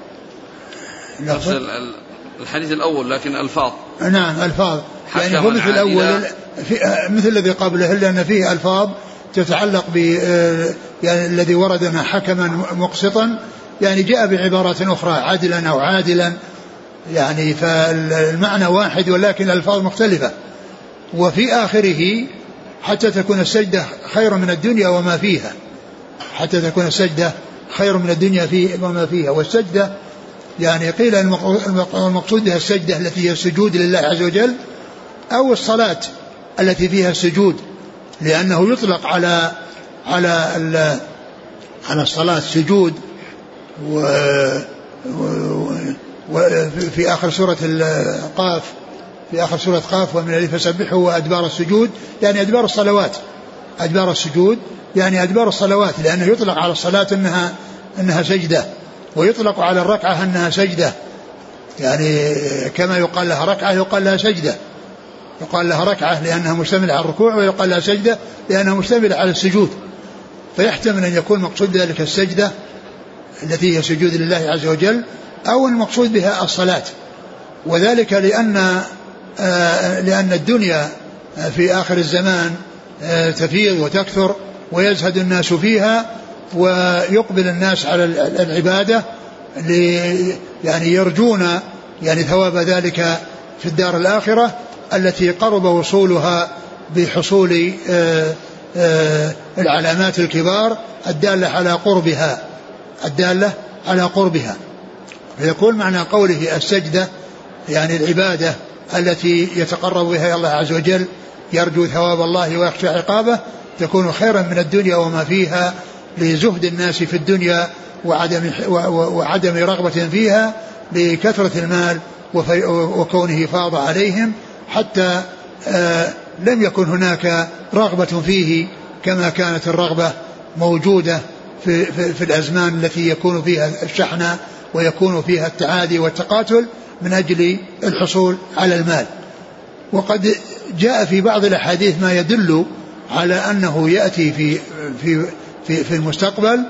الحديث الأول لكن ألفاظ. نعم ألفاظ يعني هو مثل الأول مثل الذي قبله إلا أن فيه ألفاظ تتعلق ب يعني الذي وردنا حكما مقسطا يعني جاء بعبارات أخرى عادلا أو عادلا يعني فالمعنى واحد ولكن الألفاظ مختلفة. وفي آخره حتى تكون السجدة خير من الدنيا وما فيها، حتى تكون السجدة خير من الدنيا فيه وما فيها. والسجدة يعني قيل المقصود بها السجدة التي هي السجود لله عز وجل أو الصلاة التي فيها السجود، لأنه يطلق على على على الصلاة سجود. و وفي آخر سورة القاف في آخر سورة قاف ومن الليل فسبحه وأدبار السجود يعني أدبار الصلوات، أدبار السجود يعني أدبار الصلوات، لأنه يطلق على الصلاة أنها أنها سجدة، ويطلق على الركعة أنها سجدة، يعني كما يقال لها ركعة يقال لها سجدة، يقال لها ركعة لأنها مشتملة على الركوع، ويقال لها سجدة لأنها مشتملة على السجود. فيحتمل أن يكون مقصود ذلك السجدة التي هي سجود لله عز وجل أو المقصود بها الصلاة. وذلك لأن آه لأن الدنيا في آخر الزمان آه تفيض وتكثر ويزهد الناس فيها، ويقبل الناس على العبادة يعني يرجون يعني ثواب ذلك في الدار الآخرة التي قرب وصولها بحصول آه آه العلامات الكبار الدالة على قربها الدالة على قربها. فيكون معنى قوله السجدة يعني العبادة التي يتقرب بها إلى الله عز وجل يرجو ثواب الله ويخشى عقابه، تكون خيرا من الدنيا وما فيها لزهد الناس في الدنيا وعدم, وعدم رغبة فيها لكثرة المال وكونه فاض عليهم، حتى آه لم يكن هناك رغبة فيه كما كانت الرغبة موجودة في, في, في الأزمان التي يكون فيها الشحنة ويكون فيها التعادي والتقاتل من أجل الحصول على المال. وقد جاء في بعض الأحاديث ما يدل على أنه يأتي في, في, في, في المستقبل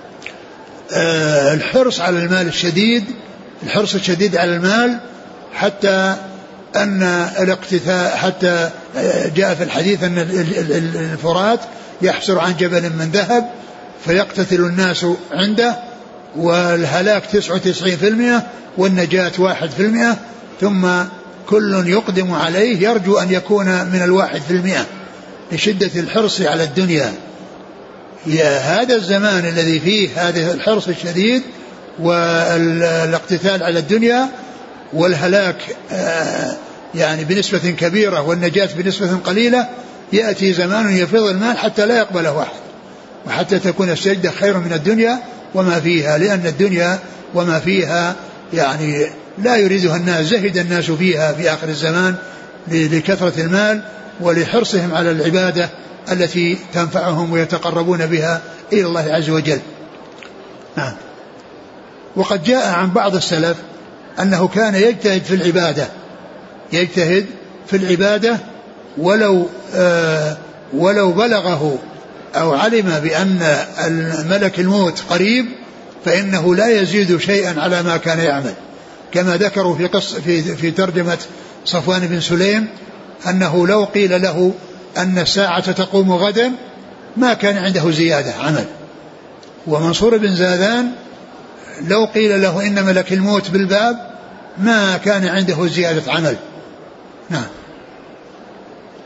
الحرص على المال الشديد، الحرص الشديد على المال، حتى أن الاقتثاء حتى جاء في الحديث أن الفرات يحسر عن جبل من ذهب فيقتتل الناس عنده، والهلاك تسعة وتسعين في المئة والنجاة واحد في المئة، ثم كل يقدم عليه يرجو أن يكون من الواحد في المئة لشدة الحرص على الدنيا. يا هذا الزمان الذي فيه هذا الحرص الشديد والاقتتال على الدنيا والهلاك يعني بنسبة كبيرة والنجاة بنسبة قليلة، يأتي زمان يفيض المال حتى لا يقبله واحد، وحتى تكون السجدة خير من الدنيا وما فيها، لأن الدنيا وما فيها يعني لا يريدها الناس، زهد الناس فيها في آخر الزمان لكثرة المال ولحرصهم على العبادة التي تنفعهم ويتقربون بها إلى الله عز وجل. نعم. وقد جاء عن بعض السلف أنه كان يجتهد في العبادة يجتهد في العبادة ولو آه ولو بلغه أو علم بأن الملك الموت قريب فإنه لا يزيد شيئا على ما كان يعمل، كما ذكروا في قص في في ترجمة صفوان بن سليم أنه لو قيل له أن الساعة تقوم غدا ما كان عنده زيادة عمل. ومنصور بن زاذان لو قيل له إن ملك الموت بالباب ما كان عنده زيادة عمل. نعم.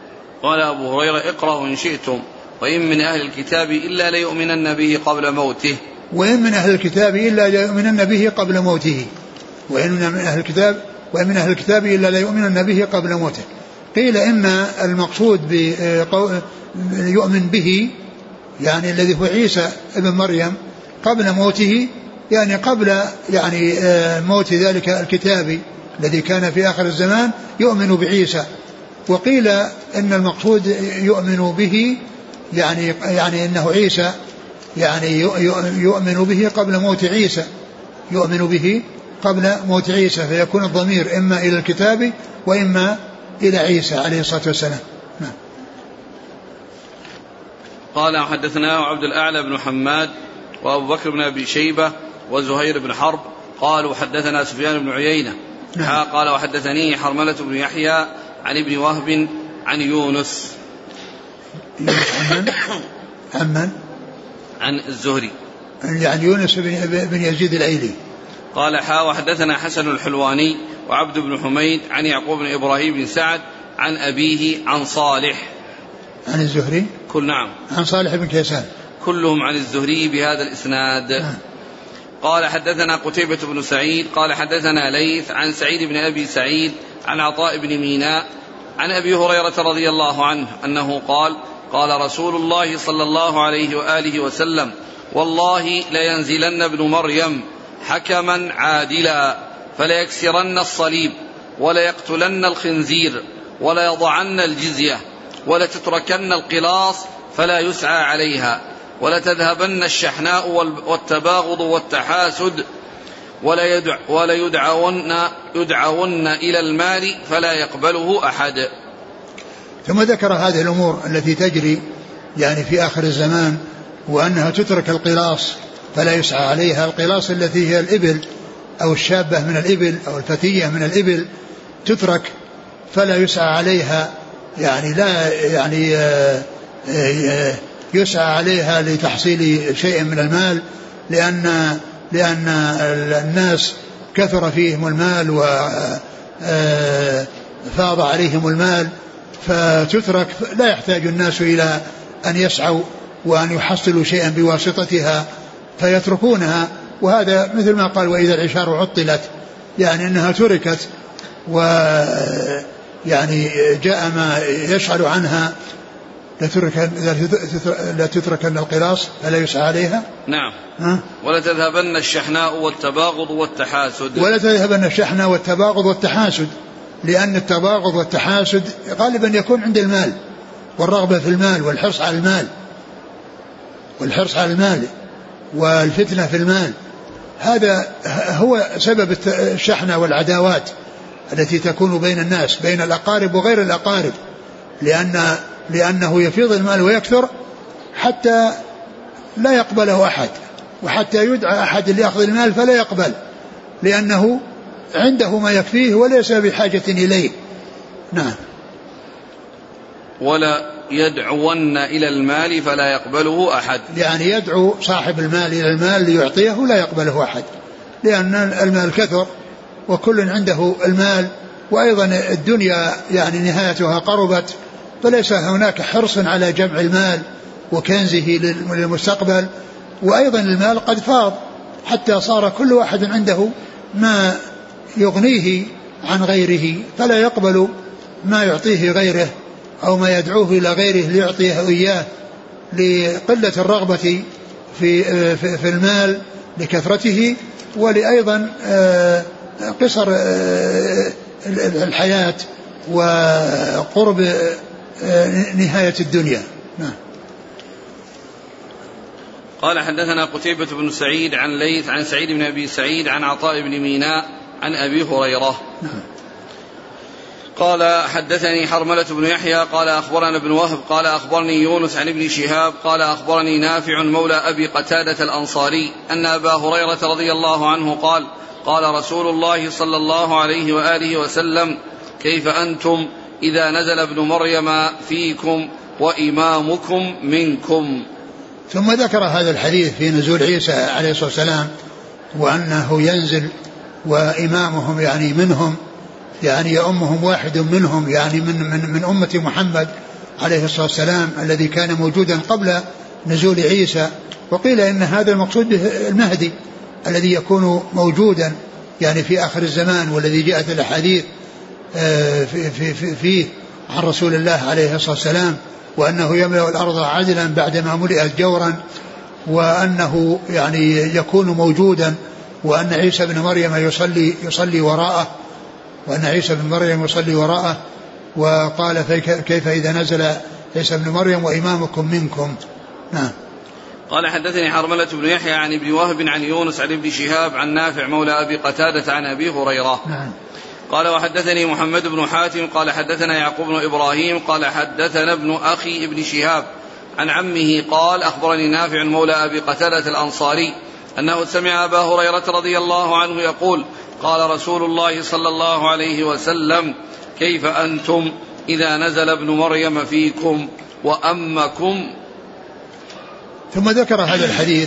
قال أبو هريرة اقرأوا إن شئتم وإن من أهل الكتاب إلا ليؤمنن به قبل موته وإن من أهل الكتاب إلا ليؤمنن به قبل موته وإن من أهل الكتاب وإن من أهل الكتاب إلا ليؤمنن به قبل موته. قيل إن المقصود بيؤمن به يعني الذي هو عيسى ابن مريم قبل موته يعني قبل يعني موت ذلك الكتاب الذي كان في آخر الزمان يؤمن بعيسى. وقيل إن المقصود يؤمن به يعني يعني إنه عيسى يعني يؤمن به قبل موت عيسى يؤمن به قبل موت عيسى فيكون الضمير إما إلى الكتاب وإما إلى عيسى عليه الصلاة والسلام. نعم. قال حدثناه عبد الأعلى بن حماد وأبو بكر بن أبي شيبة وزهير بن حرب قالوا حدثنا سفيان بن عيينة. نعم. قال وحدثني حرملة بن يحيى عن ابن وهب عن يونس عمن عن الزهري يعني يونس بن يزيد الأيلي. قال حا وحدثنا حسن الحلواني وعبد بن حميد عن يعقوب بن إبراهيم بن سعد عن أبيه عن صالح عن الزهري كل نعم عن صالح بن كيسان كلهم عن الزهري بهذا الإسناد. آه. قال حدثنا قتيبة بن سعيد قال حدثنا ليث عن سعيد بن أبي سعيد عن عطاء بن ميناء عن أبي هريرة رضي الله عنه أنه قال قال رسول الله صلى الله عليه وآله وسلم والله لينزلن ابن مريم حكما عادلا فليكسرن الصليب وليقتلن الخنزير وليضعن الجزية ولتتركن القلاص فلا يسعى عليها ولتذهبن الشحناء والتباغض والتحاسد وليدعون يدعون إلى المال فلا يقبله أحد. ثم ذكر هذه الأمور التي تجري يعني في آخر الزمان وأنها تترك القلاص فلا يسعى عليها. القلاص التي هي الإبل أو الشابة من الإبل أو الفتية من الإبل تترك فلا يسعى عليها يعني لا يعني يسعى عليها لتحصيل شيء من المال لأن لأن الناس كثر فيهم المال وفاض عليهم المال فتترك لا يحتاج الناس إلى أن يسعوا وأن يحصلوا شيئا بواسطتها فيتركونها. وهذا مثل ما قال وإذا العشار عطلت يعني أنها تركت ويعني جاء ما يشعر عنها لا تتركن القلاص فلا يسعى عليها. نعم. ها؟ ولا تذهبن الشحناء والتباغض والتحاسد ولا تذهبن الشحناء والتباغض والتحاسد لأن التباغض والتحاسد غالبا يكون عند المال والرغبة في المال والحرص على المال والحرص على المال والفتنة في المال. هذا هو سبب الشحنة والعداوات التي تكون بين الناس بين الأقارب وغير الأقارب لأن لأنه يفيض المال ويكثر حتى لا يقبله أحد وحتى يدعى أحد ليأخذ المال فلا يقبل لأنه عنده ما يكفيه وليس بحاجة إليه. نعم. ولا يدعون إلى المال فلا يقبله أحد يعني يدعو صاحب المال إلى المال ليعطيه لا يقبله أحد لأن المال كثر وكل عنده المال وأيضا الدنيا يعني نهايتها قربت فليس هناك حرص على جمع المال وكنزه للمستقبل وأيضا المال قد فاض حتى صار كل واحد عنده ما يغنيه عن غيره فلا يقبل ما يعطيه غيره أو ما يدعوه إلى غيره ليعطيه إياه لقلة الرغبة في, في, في المال لكثرته ولأيضا قصر الحياة وقرب نهاية الدنيا. نعم. قال حدثنا قتيبة بن سعيد عن ليث عن سعيد بن أبي سعيد عن عطاء بن ميناء عن أبي هريرة. نعم. قال حدثني حرملة بن يحيى قال أخبرنا ابن وهب قال أخبرني يونس عن ابن شهاب قال أخبرني نافع مولى أبي قتادة الأنصاري أن أبا هريرة رضي الله عنه قال قال رسول الله صلى الله عليه وآله وسلم كيف أنتم إذا نزل ابن مريم فيكم وإمامكم منكم. ثم ذكر هذا الحديث في نزول عيسى عليه الصلاة والسلام وأنه ينزل وإمامهم يعني منهم يعني يأمهم واحد منهم يعني من, من, من أمة محمد عليه الصلاة والسلام الذي كان موجودا قبل نزول عيسى. وقيل إن هذا المقصود به المهدي الذي يكون موجودا يعني في آخر الزمان، والذي جاءت الأحاديث في في في فيه عن رسول الله عليه الصلاة والسلام، وأنه يملأ الأرض عدلا بعدما ملئت جورا، وأنه يعني يكون موجودا، وأن عيسى بن مريم يصلي يصلي وراءه وأن عيسى بن مريم يصلي وراءه. وقال كيف إذا نزل عيسى بن مريم وإمامكم منكم. نعم. قال حدثني حرملة بن يحيى عن ابن وهب عن يونس عن ابن شهاب عن نافع مولى أبي قتادة عن أبي هريرة. نعم. قال وحدثني محمد بن حاتم قال حدثنا يعقوب بن إبراهيم قال حدثنا ابن أخي ابن شهاب عن عمه قال أخبرني نافع مولى أبي قتادة الأنصاري أنه سمع أبا هريرة رضي الله عنه يقول قال رسول الله صلى الله عليه وسلم كيف أنتم إذا نزل ابن مريم فيكم وأمكم. ثم ذكر هذا الحديث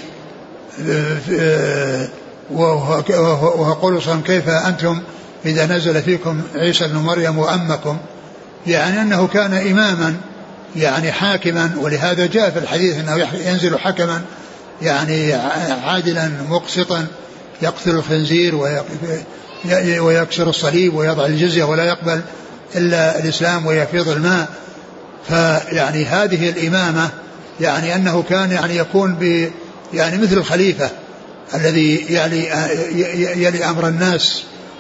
وهو قول صلى كيف أنتم إذا نزل فيكم عيسى بن مريم وأمكم، يعني أنه كان إماما يعني حاكما، ولهذا جاء في الحديث أنه ينزل حكما يعني عادلا مقسطا يقتل الخنزير ويكسر الصليب ويضع الجزية ولا يقبل إلا الإسلام ويفيض الماء. فيعني هذه الإمامة يعني أنه كان يعني يكون ب يعني مثل الخليفة الذي يلي, يلي أمر الناس،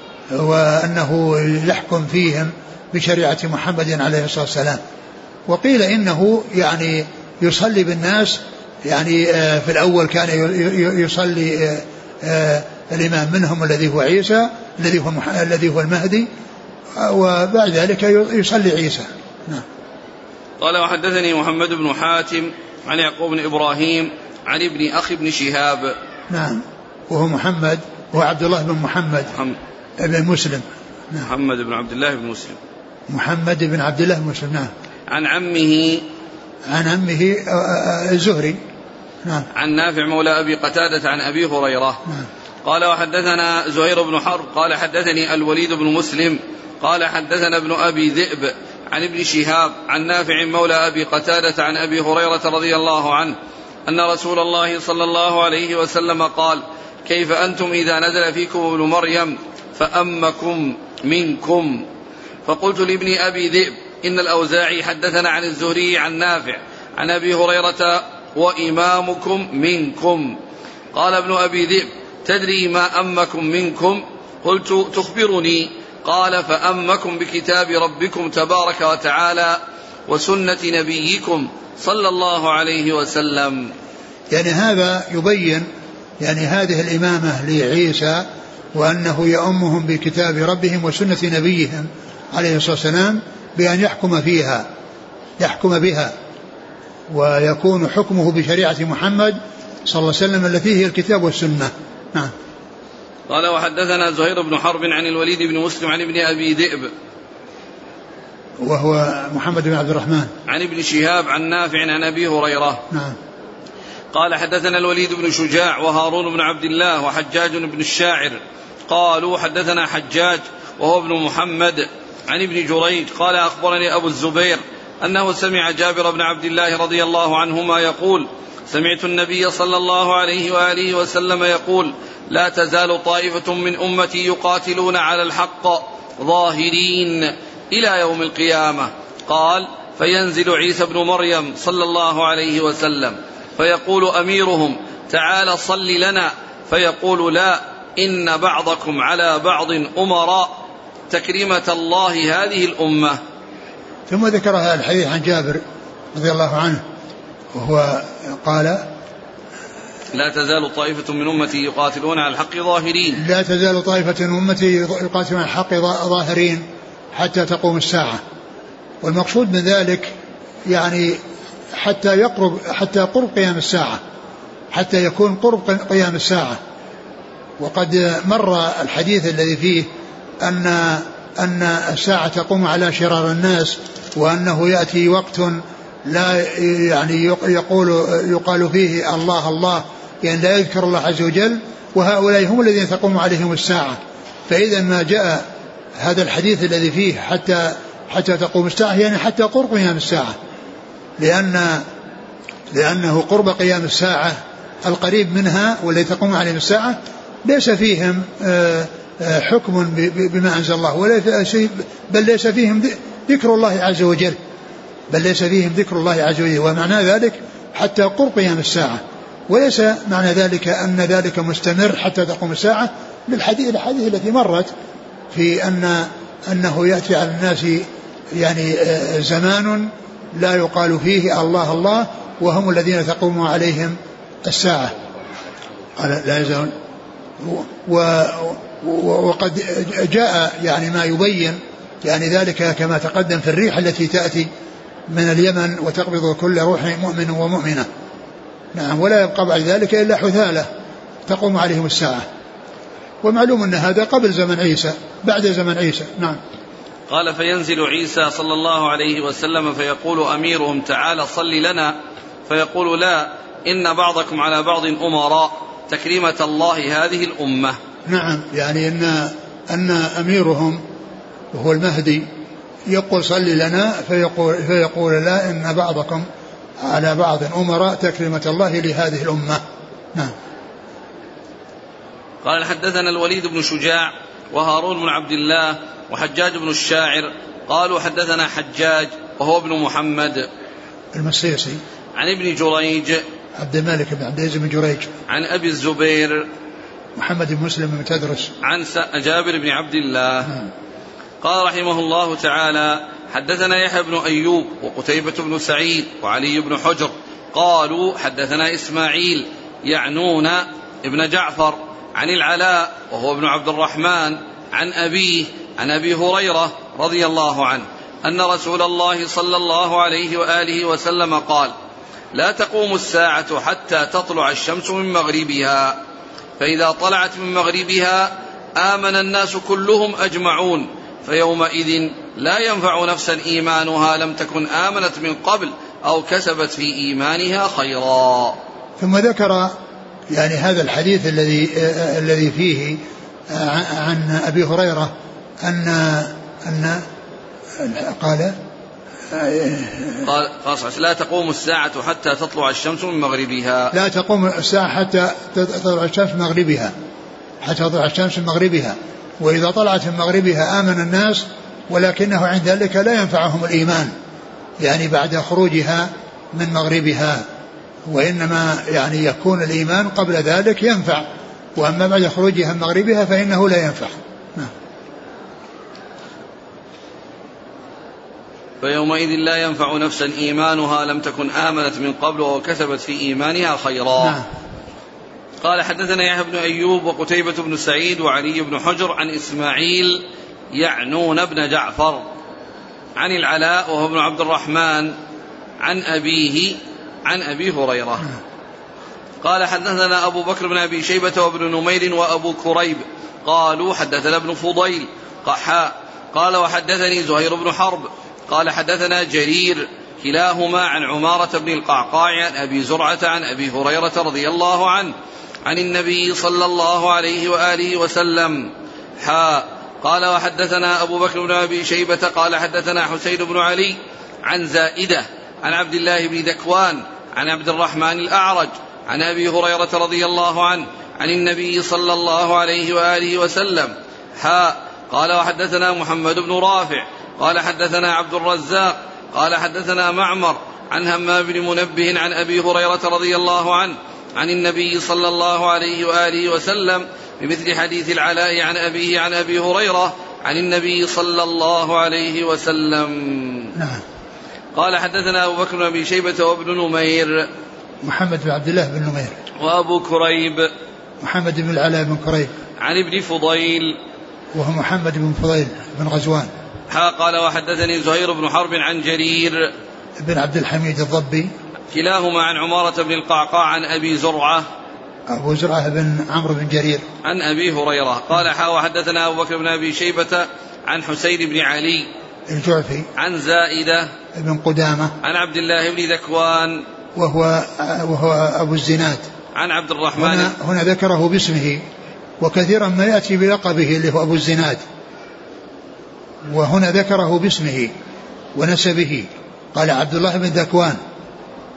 وأنه يحكم فيهم بشريعة محمد عليه الصلاة والسلام. وقيل إنه يعني يصلي بالناس، يعني في الأول كان يصلي الإمام منهم الذي هو عيسى الذي هو الذي هو المهدي، وبعد ذلك يصلي عيسى. نعم. قال وحدثني محمد بن حاتم عن يعقوب بن إبراهيم عن ابن أخي بن شهاب. نعم. وهو محمد وهو عبد الله بن محمد, محمد. بن مسلم. نعم. محمد بن عبد الله بن مسلم محمد بن عبد الله بن مسلم. نعم. عن عمه عن عمه الزهري. نعم. عن نافع مولى أبي قتادة عن أبي هريرة. نعم. قال وحدثنا زهير بن حرب قال حدثني الوليد بن مسلم قال حدثنا ابن أبي ذئب عن ابن شهاب عن نافع مولى أبي قتادة عن أبي هريرة رضي الله عنه أن رسول الله صلى الله عليه وسلم قال كيف أنتم إذا نزل فيكم ابن مريم فأمكم منكم. فقلت لابن أبي ذئب إن الأوزاعي حدثنا عن الزهري عن نافع عن أبي هريرة وإمامكم منكم. قال ابن أبي ذئب تدري ما أمكم منكم؟ قلت تخبرني. قال فأمكم بكتاب ربكم تبارك وتعالى وسنة نبيكم صلى الله عليه وسلم. يعني هذا يبين يعني هذه الإمامة لعيسى، وأنه يأمهم بكتاب ربهم وسنة نبيهم عليه الصلاة والسلام بأن يحكم فيها يحكم بها، ويكون حكمه بشريعة محمد صلى الله عليه وسلم التي هي الكتاب والسنة. نعم. قال وحدثنا زهير بن حرب عن الوليد بن مسلم عن ابن أبي ذئب وهو محمد بن عبد الرحمن عن ابن شهاب عن نافع عن أبي هريرة. نعم. قال حدثنا الوليد بن شجاع وهارون بن عبد الله وحجاج بن الشاعر قالوا حدثنا حجاج وهو ابن محمد عن ابن جريج قال أخبرني أبو الزبير أنه سمع جابر بن عبد الله رضي الله عنهما يقول سمعت النبي صلى الله عليه وآله وسلم يقول لا تزال طائفة من أمتي يقاتلون على الحق ظاهرين إلى يوم القيامة. قال فينزل عيسى بن مريم صلى الله عليه وسلم فيقول أميرهم تعال صل لنا، فيقول لا إن بعضكم على بعض أمراء تكريمة الله هذه الأمة. ثم ذكر هذا الحديث عن جابر رضي الله عنه وهو قال لا تزال طائفة من أمتي يقاتلون على الحق ظاهرين لا تزال طائفة من أمتي يقاتلون على الحق ظاهرين حتى تقوم الساعة. والمقصود من ذلك يعني حتى يقرب حتى قرب قيام الساعة، حتى يكون قرب قيام الساعة. وقد مر الحديث الذي فيه أن أن الساعة تقوم على شرار الناس، وأنه يأتي وقت لا يعني يقول يقال فيه الله الله، يعني لا يذكر الله عز وجل، وهؤلاء هم الذين تقوم عليهم الساعة. فإذا ما جاء هذا الحديث الذي فيه حتى حتى تقوم الساعة يعني حتى قرب قيام الساعة، لأن لأنه قرب قيام الساعة القريب منها والذي تقوم عليهم الساعة ليس فيهم حكم بما أنزل الله ولا شيء، بل ليس فيهم ذكر الله عز وجل بل ليس فيهم ذكر الله عز وجل ومعنى ذلك حتى قرب قيام الساعة، وليس معنى ذلك أن ذلك مستمر حتى تقوم الساعة. بالحديث الحديث التي مرت في أن أنه يأتي على الناس يعني زمان لا يقال فيه الله الله وهم الذين تقوم عليهم الساعة لا يزال. وقد جاء يعني ما يبين يعني ذلك كما تقدم في الريح التي تأتي من اليمن وتقبض كل روح مؤمن ومؤمنة. نعم. ولا يبقى بعد ذلك إلا حثالة تقوم عليهم الساعة، ومعلوم أن هذا قبل زمن عيسى بعد زمن عيسى. نعم. قال فينزل عيسى صلى الله عليه وسلم فيقول أميرهم تعالى صل لنا، فيقول لا إن بعضكم على بعض أمراء تكريمة الله هذه الأمة. نعم. يعني أن, أن أميرهم وهو المهدي يقول صل لنا فيقول, فيقول لا إن بعضكم على بعض أمراء تكريمة الله لهذه الأمة. نعم. قال حدثنا الوليد بن شجاع وهارون بن عبد الله وحجاج بن الشاعر قالوا حدثنا حجاج وهو ابن محمد المصيصي عن ابن جريج عبد الملك بن عبد العزيز بن جريج عن أبي الزبير محمد بن مسلم بن تدرس عن جابر بن عبد الله. نعم. قال رحمه الله تعالى حدثنا يحيى بن أيوب وقتيبة بن سعيد وعلي بن حجر قالوا حدثنا إسماعيل يعنون ابن جعفر عن العلاء وهو ابن عبد الرحمن عن أبيه عن أبي هريرة رضي الله عنه أن رسول الله صلى الله عليه وآله وسلم قال لا تقوم الساعة حتى تطلع الشمس من مغربها، فإذا طلعت من مغربها آمن الناس كلهم أجمعون، فيومئذ لا ينفع نفسا إيمانها لم تكن آمنت من قبل أو كسبت في إيمانها خيرا. ثم ذكر يعني هذا الحديث الذي الذي فيه عن أبي هريرة أن أن قال قال لا تقوم الساعة حتى تطلع الشمس من مغربها، لا تقوم الساعة حتى تطلع الشمس من مغربها حتى تطلع الشمس من مغربها، وإذا طلعت من مغربها آمن الناس، ولكنه عند ذلك لا ينفعهم الإيمان يعني بعد خروجها من مغربها، وإنما يعني يكون الإيمان قبل ذلك ينفع، وأما بعد خروجها من مغربها فإنه لا ينفع. نعم. فيومئذ لا ينفع نفسا إيمانها لم تكن آمنت من قبل وكسبت في إيمانها خيرا. نعم. قال حدثنا يحيى بن أيوب وقتيبة بن سعيد وعلي بن حجر عن إسماعيل يعنون ابن جعفر عن العلاء وهو ابن عبد الرحمن عن أبيه عن أبي هريرة. قال حدثنا أبو بكر بن أبي شيبة وابن نمير وأبو كريب قالوا حدثنا ابن فضيل قحاء قال وحدثني زهير بن حرب قال حدثنا جرير كلاهما عن عمارة بن القعقاع عن أبي زرعة عن أبي هريرة رضي الله عنه عن النبي صلى الله عليه وآله وسلم حاء قال وحدثنا أبو بكر بن أبي شيبة قال حدثنا حسين بن علي عن زائدة عن عبد الله بن ذكوان عن عبد الرحمن الأعرج عن أبي هريرة رضي الله عنه عن النبي صلى الله عليه وآله وسلم حاء قال وحدثنا محمد بن رافع قال حدثنا عبد الرزاق قال حدثنا معمر عن همام بن منبه عن أبي هريرة رضي الله عنه عن النبي صلى الله عليه وآله وسلم بمثل حديث العلاء عن أبيه عن أبي هريرة عن النبي صلى الله عليه وسلم. نعم. قال حدثنا أبو بكر بن أبي شيبة وابن نمير محمد بن عبد الله بن نمير وأبو كريب محمد بن العلاء بن كريب عن ابن فضيل وهو محمد بن فضيل بن غزوان. قال وحدثني زهير بن حرب عن جرير بن عبد الحميد الضبي كلاهما عن عمارة بن القعقاع عن أبي زرعة أبو زرعة بن عمرو بن جرير عن أبي هريرة قال وحدثنا أبو بكر بن أبي شيبة عن حسين بن علي الجعفي عن زائدة بن قدامة عن عبد الله بن ذكوان وهو, وهو أبو الزناد عن عبد الرحمن. هنا, هنا ذكره باسمه، وكثيرا ما يأتي بلقبه اللي هو أبو الزناد، وهنا ذكره باسمه ونسبه قال عبد الله بن ذكوان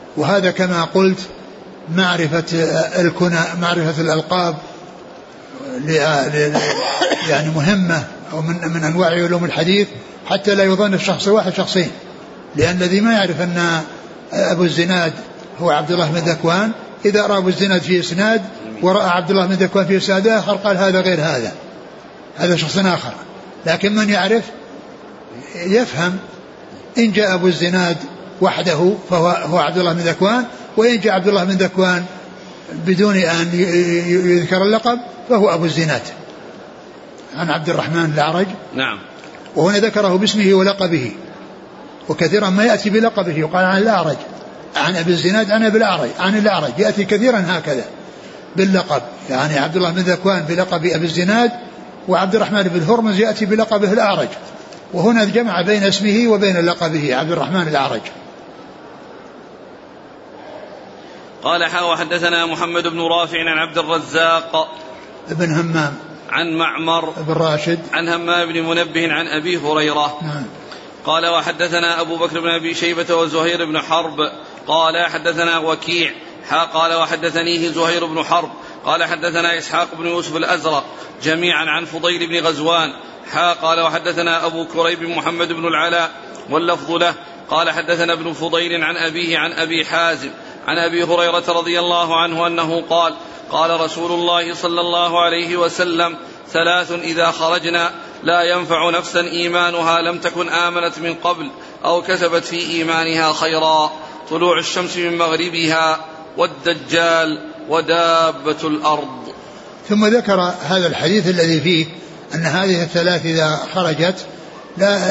وهذا كما قلت معرفة الكنى معرفة الألقاب يعني مهمة أو من, من أنواع علوم الحديث حتى لا يظن الشخص واحد شخصين، لأن الذي ما يعرف أن أبو الزناد هو عبد الله بن ذكوان إذا رأى أبو الزناد في إسناد ورأى عبد الله بن ذكوان في إسناد آخر قال هذا غير هذا، هذا شخص آخر. لكن من يعرف يفهم إن جاء أبو الزناد وحده فهو هو عبد الله بن ذكوان، وإن جاء عبد الله بن ذكوان بدون أن يذكر اللقب فهو أبو الزناد. عن عبد الرحمن الأعرج. نعم. وهنا ذكره باسمه ولقبه، وكثيرا ما يأتي بلقبه يقال عن الأعرج عن أبي الزناد عن أبي الأعرج عن الأعرج يأتي كثيرا هكذا باللقب، يعني عبد الله بن ذكوان بلقب أبي الزناد، وعبد الرحمن بن هرمز يأتي بلقبه الأعرج، وهنا جمع بين اسمه وبين لقبه عبد الرحمن الأعرج. قال حا وحدثنا محمد بن رافع عن عبد الرزاق ابن همام عن معمر بن راشد عن همام بن منبه عن أبي هريرة. نعم. قال وحدثنا أبو بكر بن أبي شيبة وزهير بن حرب قال حدثنا وكيع حا قال وحدثنيه زهير بن حرب قال حدثنا إسحاق بن يوسف الأزرق جميعا عن فضيل بن غزوان حا قال وحدثنا أبو كريب محمد بن العلاء واللفظ له قال حدثنا ابن فضيل عن أبيه عن أبي حازم عن أبي هريرة رضي الله عنه أنه قال قال رسول الله صلى الله عليه وسلم ثلاث إذا خرجنا لا ينفع نفسا إيمانها لم تكن آمنت من قبل أو كسبت في إيمانها خيرا: طلوع الشمس من مغربها والدجال ودابة الأرض. ثم ذكر هذا الحديث الذي فيه أن هذه الثلاث إذا خرجت لا,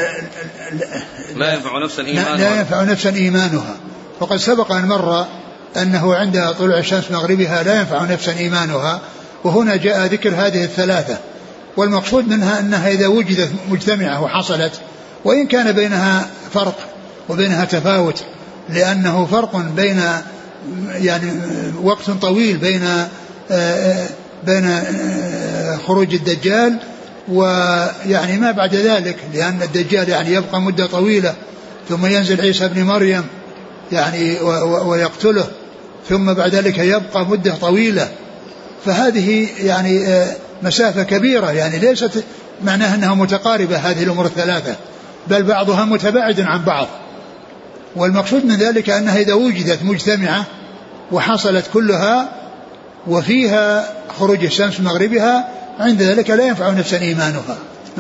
لا ينفع نفسا إيمانها, لا ينفع نفسا إيمانها. وقد سبق أن مر أنه عند طلوع الشمس مغربها لا ينفع نفسا إيمانها، وهنا جاء ذكر هذه الثلاثة، والمقصود منها أنها إذا وجدت مجتمعة وحصلت، وإن كان بينها فرق وبينها تفاوت، لأنه فرق بين يعني وقت طويل بين بين خروج الدجال ويعني ما بعد ذلك، لأن الدجال يعني يبقى مدة طويلة ثم ينزل عيسى ابن مريم يعني ويقتله، ثم بعد ذلك يبقى مدة طويلة، فهذه يعني مسافة كبيرة، يعني ليست معناها أنها متقاربة هذه الأمور الثلاثة، بل بعضها متباعد عن بعض. والمقصود من ذلك أنها إذا وجدت مجتمعة وحصلت كلها وفيها خروج الشمس مغربها عند ذلك لا ينفع نفسا إيمانها.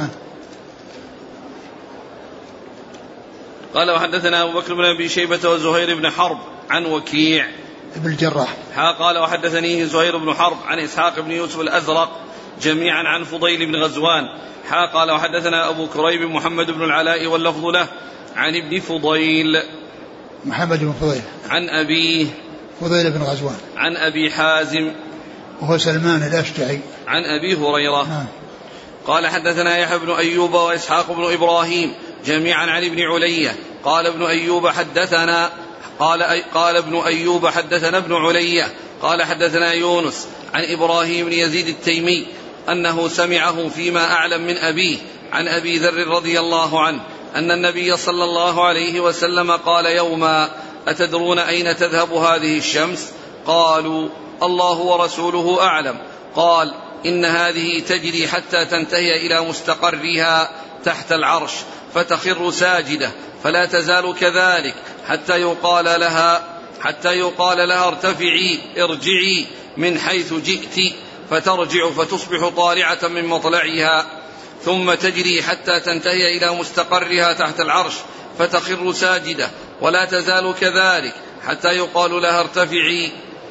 قال وحدثنا أبو بكر بن أبي شيبة وزهير بن حرب عن وكيع ابن الجراح قال وحدثنيه زهير بن حرب عن إسحاق بن يوسف الأزرق جميعا عن فضيل بن غزوان قال وحدثنا أبو كريب محمد بن العلاء واللفظ له عن ابن فضيل محمد بن فضيل عن أبيه فضيل بن غزوان عن أبي حازم وهو سلمان الأشجعي عن أبي هريرة. آه. قال حدثنا يحيى بن أيوب وإسحاق بن إبراهيم جميعا عن ابن علية قال ابن أيوب حدثنا قال, أي قال ابن أيوب حدثنا ابن علية قال حدثنا يونس عن إبراهيم بن يزيد التيمي أنه سمعه فيما أعلم من أبيه عن أبي ذر رضي الله عنه أن النبي صلى الله عليه وسلم قال يوما: أتدرون أين تذهب هذه الشمس؟ قالوا: الله ورسوله أعلم. قال: إن هذه تجري حتى تنتهي إلى مستقرها تحت العرش فتخر ساجدة فلا تزال كذلك حتى يقال لها حتى يقال لها ارتفعي ارجعي من حيث جئت فترجع فتصبح طالعة من مطلعها ثم تجري حتى تنتهي إلى مستقرها تحت العرش فتخر ساجدة ولا تزال كذلك حتى يقال لها ارتفعي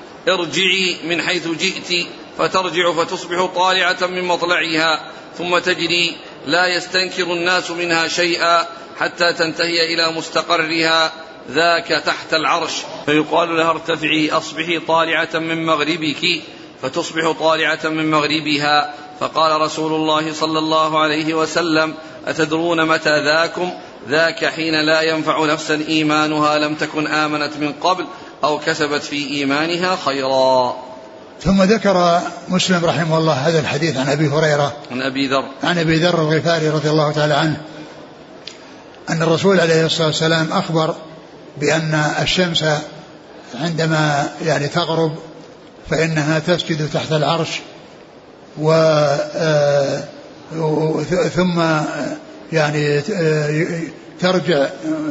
ارجعي من حيث جئت فترجع فتصبح طالعة من مطلعها ثم تجري لا يستنكر الناس منها شيئا حتى تنتهي إلى مستقرها ذاك تحت العرش فيقال لها ارتفعي أصبحي طالعة من مغربك فتصبح طالعة من مغربها. فقال رسول الله صلى الله عليه وسلم: أتدرون متى ذاكم؟ ذاك حين لا ينفع نفسا إيمانها لم تكن آمنت من قبل أو كسبت في إيمانها خيرا. ثم ذكر مسلم رحمه الله هذا الحديث عن أبي هريرة عن أبي ذر عن أبي ذر الغفاري رضي الله تعالى عنه أن الرسول عليه الصلاة والسلام أخبر بأن الشمس عندما يعني تغرب فإنها تسجد تحت العرش، و ثم يعني ترجع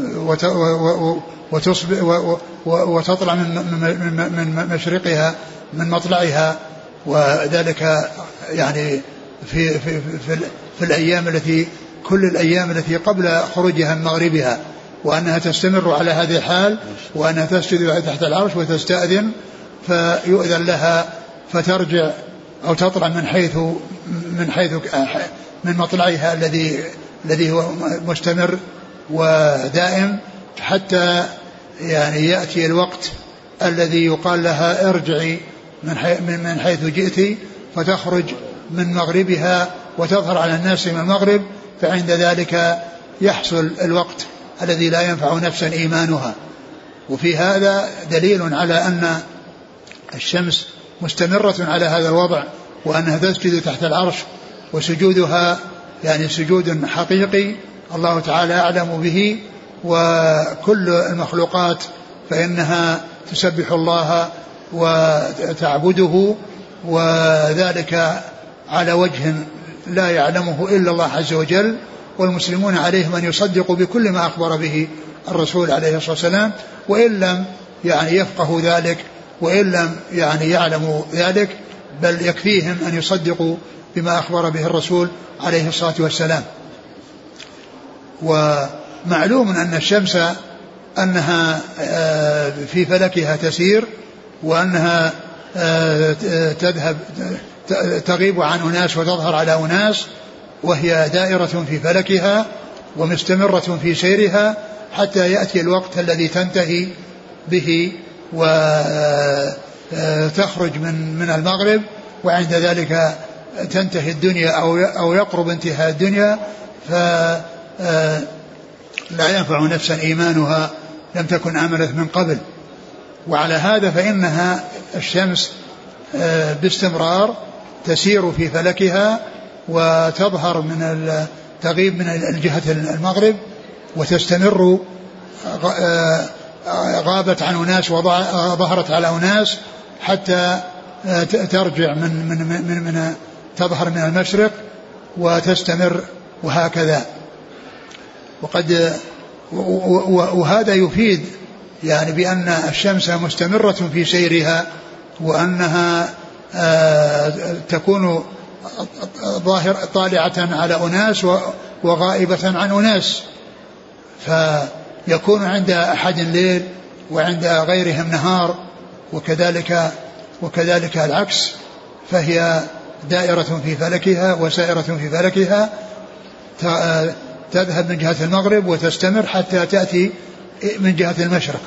وتطلع من مشرقها من مطلعها، وذلك يعني في في في, في الأيام التي كل الأيام التي قبل خروجها من مغربها، وأنها تستمر على هذه الحال، وأنها تسجد تحت العرش وتستأذن فيؤذن لها فترجع أو تطلع من حيث من حيث من مطلعها الذي الذي هو مستمر ودائم، حتى يعني يأتي الوقت الذي يقال لها ارجعي من حيث جئت، فتخرج من مغربها وتظهر على الناس من المغرب، فعند ذلك يحصل الوقت الذي لا ينفع نفسا إيمانها. وفي هذا دليل على أن الشمس مستمرة على هذا الوضع، وأنها تسجد تحت العرش، وسجودها يعني سجود حقيقي الله تعالى أعلم به، وكل المخلوقات فإنها تسبح الله وتعبده، وذلك على وجه لا يعلمه إلا الله عز وجل، والمسلمون عليهم أن يصدقوا بكل ما أخبر به الرسول عليه الصلاة والسلام، وإن لم يعني يفقهوا ذلك وإن لم يعني يعلموا ذلك، بل يكفيهم أن يصدقوا بما أخبر به الرسول عليه الصلاة والسلام. ومعلوم أن الشمس أنها في فلكها تسير، وأنها تذهب تغيب عن أناس وتظهر على أناس، وهي دائرة في فلكها ومستمرة في سيرها حتى يأتي الوقت الذي تنتهي به وتخرج من من المغرب، وعند ذلك تنتهي الدنيا أو أو يقرب انتهاء الدنيا، فلا ينفع نفسا إيمانها لم تكن آمنت من قبل. وعلى هذا فإنها الشمس باستمرار تسير في فلكها وتظهر من تغيب من الجهة المغرب وتستمر، غابت عن أناس وظهرت على أناس حتى ترجع من من من, من تظهر من المشرق وتستمر، وهكذا. وقد وهذا يفيد يعني بأن الشمس مستمرة في سيرها، وأنها تكون ظاهر طالعة على أناس وغائبة عن أناس، فيكون عند أحد الليل وعند غيرهم نهار، وكذلك وكذلك العكس، فهي دائرة في فلكها وسائرة في فلكها، تذهب من جهة المغرب وتستمر حتى تأتي من جهة المشرق.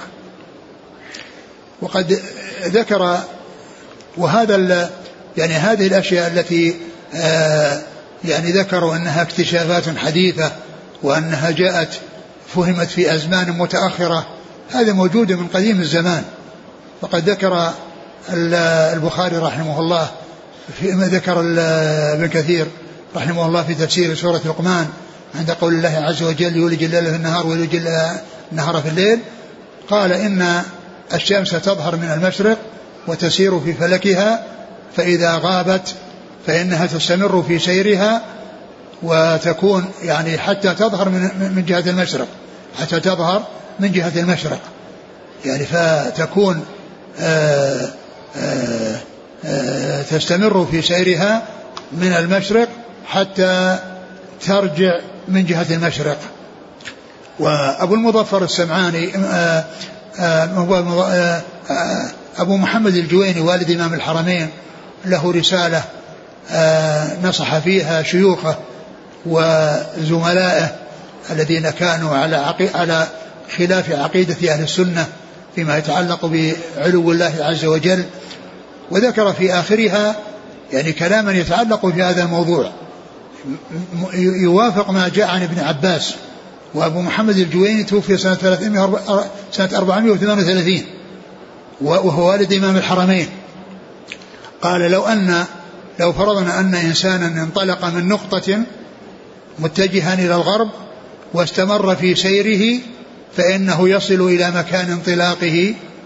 وقد ذكر وهذا يعني هذه الأشياء التي يعني ذكروا أنها اكتشافات حديثة وأنها جاءت فهمت في أزمان متأخرة، هذا موجود من قديم الزمان. فقد ذكر البخاري رحمه الله فيما ذكر ابن كثير رحمه الله في تفسير سورة لقمان عند قول الله عز وجل يولج الليل في النهار ويولج النهار في الليل، قال إن الشمس تظهر من المشرق وتسير في فلكها، فإذا غابت فإنها تستمر في سيرها وتكون يعني حتى تظهر من جهة المشرق، حتى تظهر من جهة المشرق يعني فتكون آآ آآ آآ تستمر في سيرها من المشرق حتى ترجع من جهة المشرق. وأبو المظفر السمعاني آآ آآ أبو محمد الجويني والد إمام الحرمين له رسالة نصح فيها شيوخه وزملائه الذين كانوا على عقي... على خلاف عقيدة أهل السنة فيما يتعلق بعلو الله عز وجل، وذكر في آخرها يعني كلاما يتعلق في هذا الموضوع يوافق ما جاء عن ابن عباس. وأبو محمد الجويني توفي سنة سنة أربعمائة وثمانية وثلاثين وهو والد إمام الحرمين. قال لو أن لو فرضنا أن إنسانا انطلق من نقطة متجها إلى الغرب واستمر في سيره فإنه يصل إلى مكان انطلاقه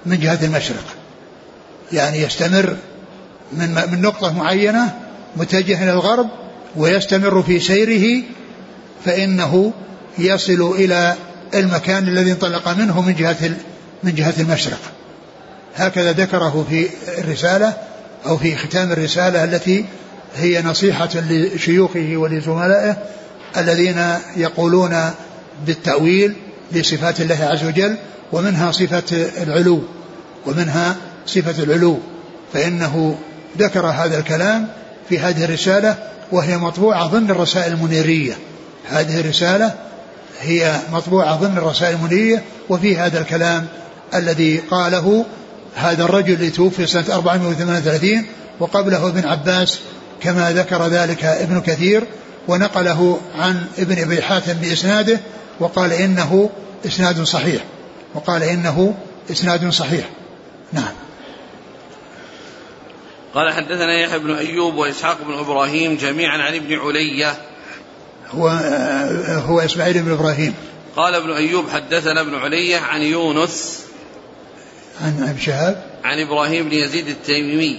من جهة المشرق، يعني يستمر من من نقطة معينة متجه إلى الغرب ويستمر في سيره، فإنه يصل إلى المكان الذي انطلق منه من جهة من جهة المشرق. هكذا ذكره في الرسالة أو في ختام الرسالة التي هي نصيحة لشيوخه ولزملائه الذين يقولون بالتأويل لصفات الله عز وجل، ومنها صفة العلو ومنها صفة العلو فإنه ذكر هذا الكلام في هذه الرسالة، وهي مطبوعة ضمن الرسائل المنيرية. هذه الرسالة هي مطبوعة ضمن الرسائل المنيرية، وفي هذا الكلام الذي قاله هذا الرجل اللي توفي سنة أربعمائة وثمانية وثلاثين، وقبله ابن عباس كما ذكر ذلك ابن كثير، ونقله عن ابن أبي حاتم بإسناده، وقال إنه إسناد صحيح وقال إنه إسناد صحيح. نعم. قال حدثنا يحيى بن أيوب وإسحاق بن إبراهيم جميعا عن ابن علية هو هو إسماعيل بن إبراهيم. قال ابن أيوب حدثنا ابن علية عن يونس عن ابن شهاب عن إبراهيم بن يزيد التيمي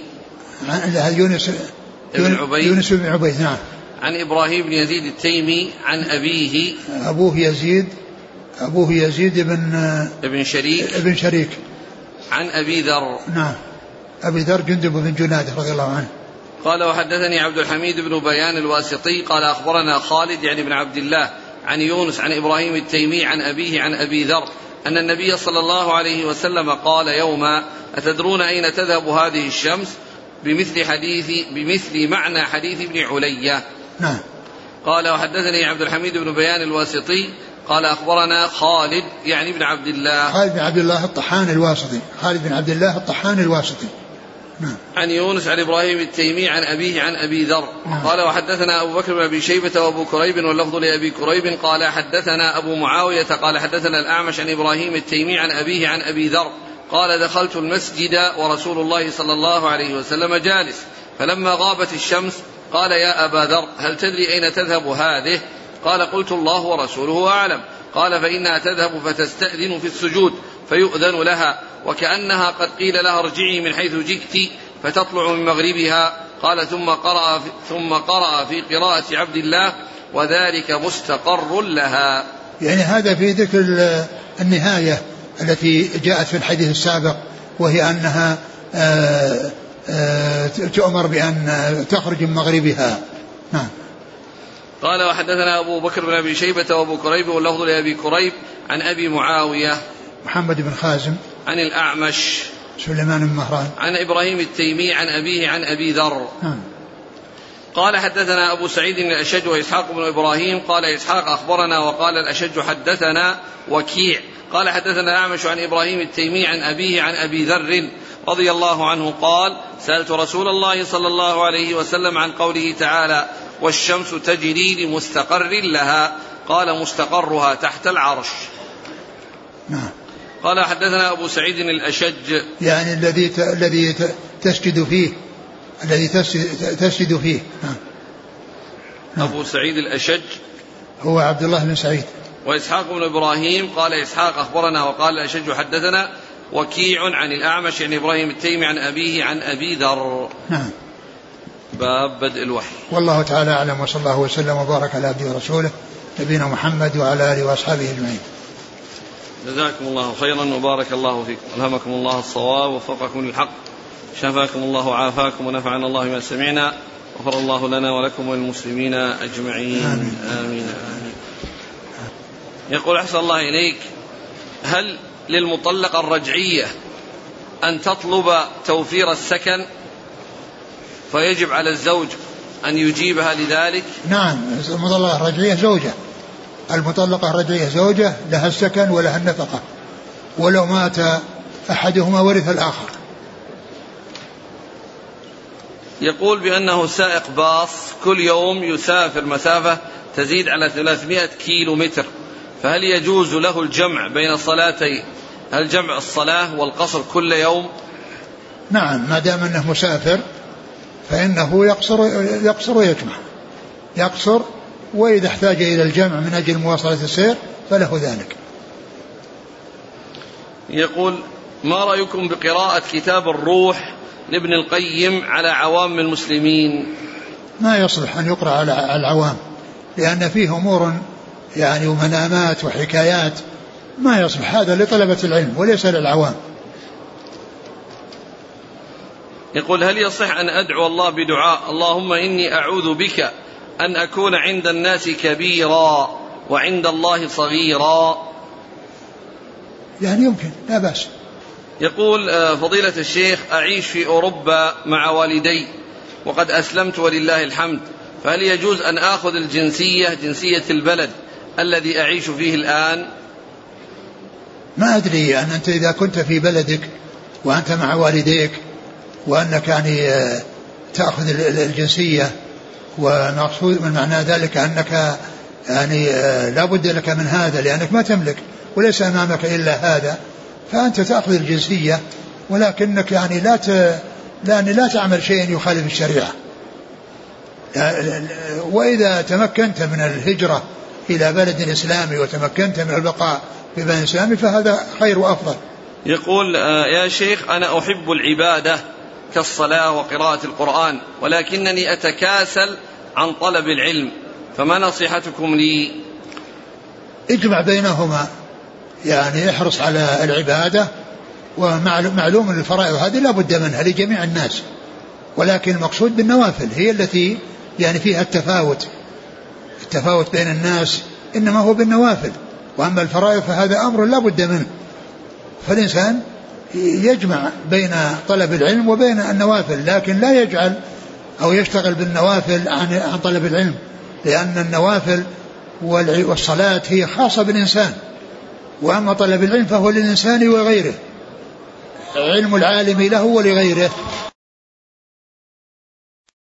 عن يونس بن عبيد يونس بن عبيد نعم عن إبراهيم بن يزيد التيمي عن أبيه أبوه يزيد أبوه يزيد بن ابن شريك ابن شريك عن أبي ذر نعم أبي ذر جندب بن جنادة رضي الله عنه. قال وحدثني عبد الحميد بن بيان الواسطي قال أخبرنا خالد يعني بن عبد الله عن يونس عن إبراهيم التيمي عن أبيه عن أبي ذر أن النبي صلى الله عليه وسلم قال يوما أتدرون أين تذهب هذه الشمس بمثل حديث بمثل معنى حديث ابن علية. نعم. قال وحدثني عبد الحميد بن بيان الواسطي قال أخبرنا خالد يعني بن عبد الله خالد بن عبد الله الطحان الواسطي خالد بن عبد الله الطحان الواسطي نعم. عن يونس عن إبراهيم التيمي عن أبيه عن أبي ذر نعم. قال وحدثنا أبو بكر بن أبي شيبة وأبو كريب واللفظ لأبي كريب قال حدثنا أبو معاوية قال حدثنا الأعمش عن إبراهيم التيمي عن أبيه عن أبي ذر قال دخلت المسجد ورسول الله صلى الله عليه وسلم جالس فلما غابت الشمس قال يا أبا ذر هل تدري أين تذهب هذه؟ قال قلت الله ورسوله أعلم. قال فإنها تذهب فتستأذن في السجود فيؤذن لها وكأنها قد قيل لها ارجعي من حيث جئت فتطلع من مغربها. قال ثم قرأ في, ثم قرأ في قراءة عبد الله وذلك مستقر لها. يعني هذا في ذكر النهاية التي جاءت في الحديث السابق، وهي أنها آآ آآ تؤمر بأن تخرج من مغربها. نعم. قال وحدثنا أبو بكر بن أبي شيبة وأبو كريب واللفظ لأبي كريب عن أبي معاوية محمد بن خازم عن الأعمش سليمان بن مهران عن إبراهيم التيمي عن أبيه عن أبي ذر. نعم. قال حدثنا أبو سعيد الأشج وإسحاق بن إبراهيم قال إسحاق أخبرنا وقال الأشج حدثنا وكيع قال حدثنا الأعمش عن إبراهيم التيمي عن أبيه عن أبي ذر رضي الله عنه قال سألت رسول الله صلى الله عليه وسلم عن قوله تعالى والشمس تجري لمستقر لها قال مستقرها تحت العرش. نعم. قال حدثنا أبو سعيد الأشج يعني الذي ت... الذي ت... تسجد فيه الذي تسجد فيه. نعم. أبو سعيد الأشج هو عبد الله بن سعيد. وإسحاق بن إبراهيم قال إسحاق أخبرنا وقال الأشج حدثنا وكيع عن الأعمش عن إبراهيم التيمي عن أبيه عن أبي ذر. نعم. باب بدء الوحي. والله تعالى أعلم وصلى الله وسلم وبارك على عبده ورسوله نبينا محمد وعلى آله وأصحابه أجمعين. جزاكم الله خيرا وبارك الله فيكم ألهمكم الله الصواب ووفقكم للحق شفاكم الله وعافاكم ونفعنا الله ما سمعنا غفر الله لنا ولكم وللمسلمين أجمعين. آمين. آمين. آمين. يقول أحسن الله إليك هل للمطلقة الرجعية أن تطلب توفير السكن فيجب على الزوج أن يجيبها لذلك؟ نعم. المطلقة الرجعية زوجة المطلقة الرجعية زوجة لها السكن ولها النفقة، ولو مات أحدهما ورث الآخر. يقول بأنه سائق باص كل يوم يسافر مسافة تزيد على ثلاثمائة كيلو متر، فهل يجوز له الجمع بين صلاتي هل جمع الصلاة والقصر كل يوم؟ نعم، ما دام أنه مسافر فإنه يقصر يقصر ويجمع يقصر، وإذا احتاج إلى الجمع من أجل مواصلة السير فله ذلك. يقول ما رأيكم بقراءة كتاب الروح لابن القيم على عوام المسلمين؟ ما يصلح أن يقرأ على العوام، لأن فيه أمور يعني ومنامات وحكايات ما يصلح، هذا لطلبة العلم وليس للعوام. يقول: هل يصح أن أدعو الله بدعاء اللهم إني أعوذ بك أن أكون عند الناس كبيرا وعند الله صغيرا؟ يعني يمكن، لا بأس. يقول: فضيلة الشيخ، أعيش في أوروبا مع والدي وقد أسلمت ولله الحمد، فهل يجوز أن آخذ الجنسية جنسية البلد الذي أعيش فيه الآن؟ ما أدري أن أنت إذا كنت في بلدك وأنت مع والديك وأنك يعني تأخذ الجنسية، ومقصود من معنى ذلك أنك يعني لا بد لك من هذا لأنك ما تملك وليس أمامك إلا هذا، فأنت تأخذ الجنسية، ولكنك يعني لا ت... يعني لا تعمل شيء يخالف الشريعة. وإذا تمكنت من الهجرة إلى بلد إسلامي وتمكنت من البقاء في بلد إسلامي فهذا خير وأفضل. يقول: يا شيخ، أنا أحب العبادة كالصلاة وقراءة القرآن، ولكنني أتكاسل عن طلب العلم، فما نصيحتكم لي؟ اجمع بينهما، يعني احرص على العبادة، ومعلوم الفرائض هذه لا بد منها لجميع الناس، ولكن المقصود بالنوافل هي التي يعني فيها التفاوت التفاوت بين الناس إنما هو بالنوافل، وأما الفرائض فهذا أمر لا بد منه. فالإنسان يجمع بين طلب العلم وبين النوافل، لكن لا يجعل أو يشتغل بالنوافل عن عن طلب العلم، لأن النوافل والصلاة هي خاصة بالإنسان، وأما طلب العلم فهو للإنسان وغيره، علم العالم له ولغيره.